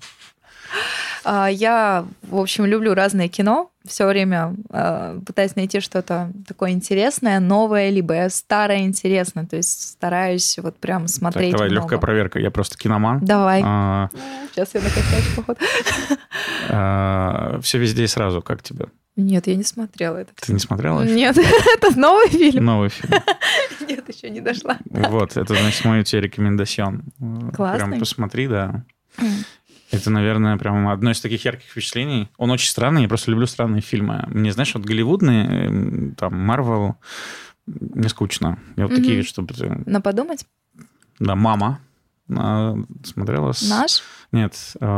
Я, в общем, люблю разное кино. Все время э, пытаюсь найти что-то такое интересное, новое, либо старое интересное. То есть стараюсь вот прям смотреть. Так, давай, много. легкая проверка. Я просто киноман. Давай. А, Сейчас я накачаюсь, походу. А, все везде и сразу. Как тебе? Нет, я не смотрела этот Ты фильм. не смотрела? Нет, это новый фильм? Новый фильм. Нет, еще не дошла. Вот, это, значит, мой у тебя рекомендацион. Классный. Прям посмотри, да. Это, наверное, прям одно из таких ярких впечатлений. Он очень странный, я просто люблю странные фильмы. Мне, знаешь, вот голливудные, там, Марвел, мне скучно. Я вот mm-hmm. такие, чтобы... Но подумать? Да, «Мама». Смотрела с... Наш? Нет,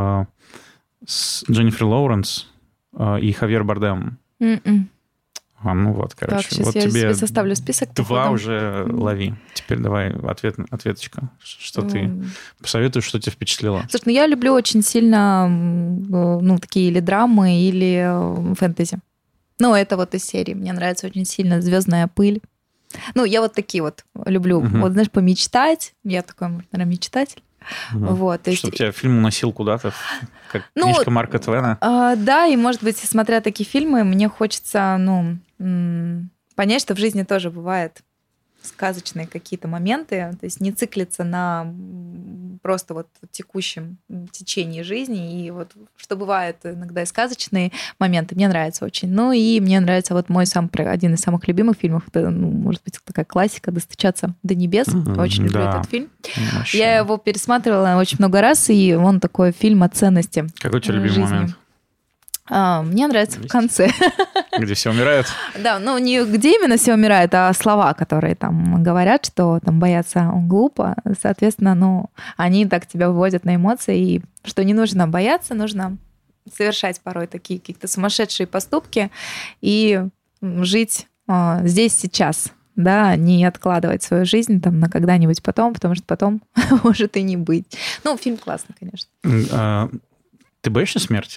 с Дженнифер Лоуренс и Хавьер Бардем. Mm-mm. А, ну вот, короче. Так, сейчас вот я тебе себе составлю список. Два походу. уже лови. Теперь давай ответ, ответочка. Что mm. ты посоветуешь, что тебя впечатлило? Слушай, ну я люблю очень сильно ну, такие или драмы, или фэнтези. Ну, это вот из серии. Мне нравится очень сильно «Звездная пыль». Ну, я вот такие вот люблю. Uh-huh. Вот, знаешь, помечтать. Я такой, наверное, мечтатель. Uh-huh. Вот, Чтобы есть... тебя фильм уносил куда-то, как ну, книжка Марка Твена. А, да, и, может быть, смотря такие фильмы, мне хочется, ну, м- понять, что в жизни тоже бывает сказочные какие-то моменты, то есть не циклиться на просто вот текущем течении жизни, и вот что бывает иногда и сказочные моменты, мне нравится очень. Ну и мне нравится вот мой сам, один из самых любимых фильмов, это, ну, может быть, такая классика «Достучаться до небес». Mm-hmm, очень люблю да. этот фильм. Вообще. Я его пересматривала очень много раз, и он такой фильм о ценности. Какой у тебя любимый жизни. момент? А, мне нравится Есть? в конце. Где все умирают? Да, ну не где именно все умирают, а слова, которые там говорят, что там бояться глупо. Соответственно, ну, они так тебя выводят на эмоции, и что не нужно бояться, нужно совершать порой такие какие-то сумасшедшие поступки и жить а, здесь, сейчас. Да, не откладывать свою жизнь там на когда-нибудь потом, потому что потом может и не быть. Ну, фильм классный, конечно. А, ты боишься смерти?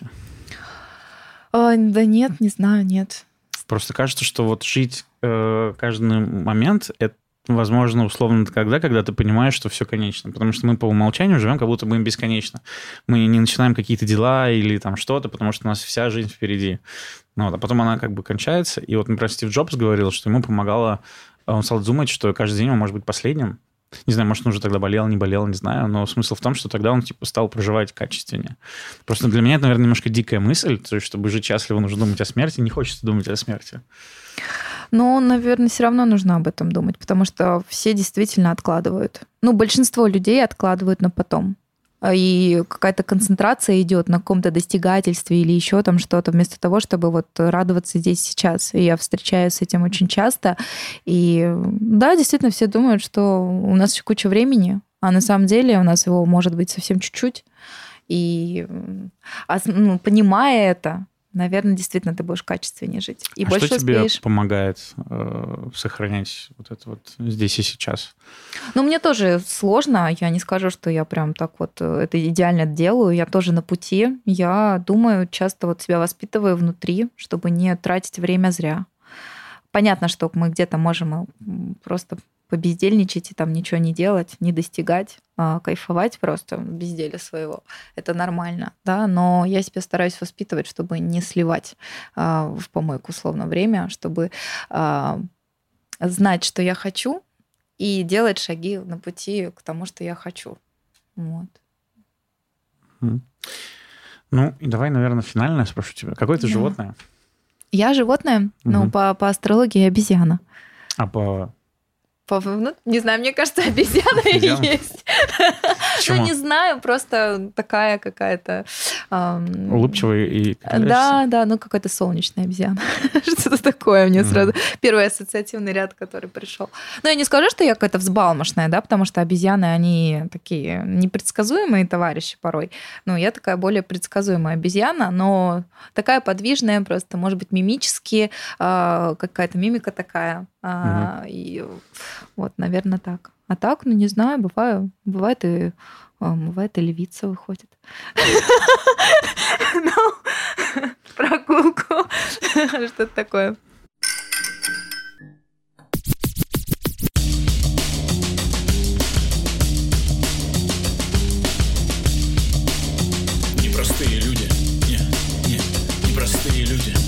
О, да нет, не знаю, нет. Просто кажется, что вот жить э, каждый момент, это возможно условно тогда, когда ты понимаешь, что все конечно. Потому что мы по умолчанию живем, как будто мы бесконечно. Мы не начинаем какие-то дела или там что-то, потому что у нас вся жизнь впереди. Ну, вот, а потом она как бы кончается. И вот, например, Стив Джобс говорил, что ему помогало... Он стал думать, что каждый день он может быть последним. Не знаю, может, он уже тогда болел, не болел, не знаю. Но смысл в том, что тогда он типа стал проживать качественнее. Просто для меня это, наверное, немножко дикая мысль. То есть, чтобы жить счастливо, нужно думать о смерти. Не хочется думать о смерти. Ну, наверное, все равно нужно об этом думать, потому что все действительно откладывают. Ну, большинство людей откладывают на потом. и какая-то концентрация идет на каком-то достигательстве или еще там что-то, вместо того, чтобы вот радоваться здесь сейчас. И я встречаюсь с этим очень часто. И да, действительно, все думают, что у нас еще куча времени, а на самом деле у нас его может быть совсем чуть-чуть. И ну, понимая это, наверное, действительно ты будешь качественнее жить. И а больше что тебе успеешь. помогает э, сохранять вот это вот здесь и сейчас? Ну, мне тоже сложно. Я не скажу, что я прям так вот это идеально делаю. Я тоже на пути. Я думаю, часто вот себя воспитываю внутри, чтобы не тратить время зря. Понятно, что мы где-то можем просто побездельничать и там ничего не делать, не достигать, а кайфовать просто безделия своего. Это нормально, да, но я себя стараюсь воспитывать, чтобы не сливать а, в помойку условно время, чтобы а, знать, что я хочу, и делать шаги на пути к тому, что я хочу. Вот. Ну, и давай, наверное, финальное спрошу тебя. Какое ты Да. животное? Я животное, угу. ну, по, по астрологии обезьяна. А по... По, ну, не знаю, мне кажется, обезьяна и есть. Почему? Ну, не знаю, просто такая какая-то... Эм... Улыбчивая и... Да, да, ну какая-то солнечная обезьяна. Что-то такое мне mm-hmm. сразу. Первый ассоциативный ряд, который пришел. Но я не скажу, что я какая-то взбалмошная, да, потому что обезьяны, они такие непредсказуемые товарищи порой. Ну, я такая более предсказуемая обезьяна, но такая подвижная просто, может быть, мимически, какая-то мимика такая. Mm-hmm. И вот, наверное, так. А так, ну, не знаю, бываю, бывает и бывает и львица выходит. Ну, прогулку, что-то такое. Непростые люди. Нет, нет, непростые люди.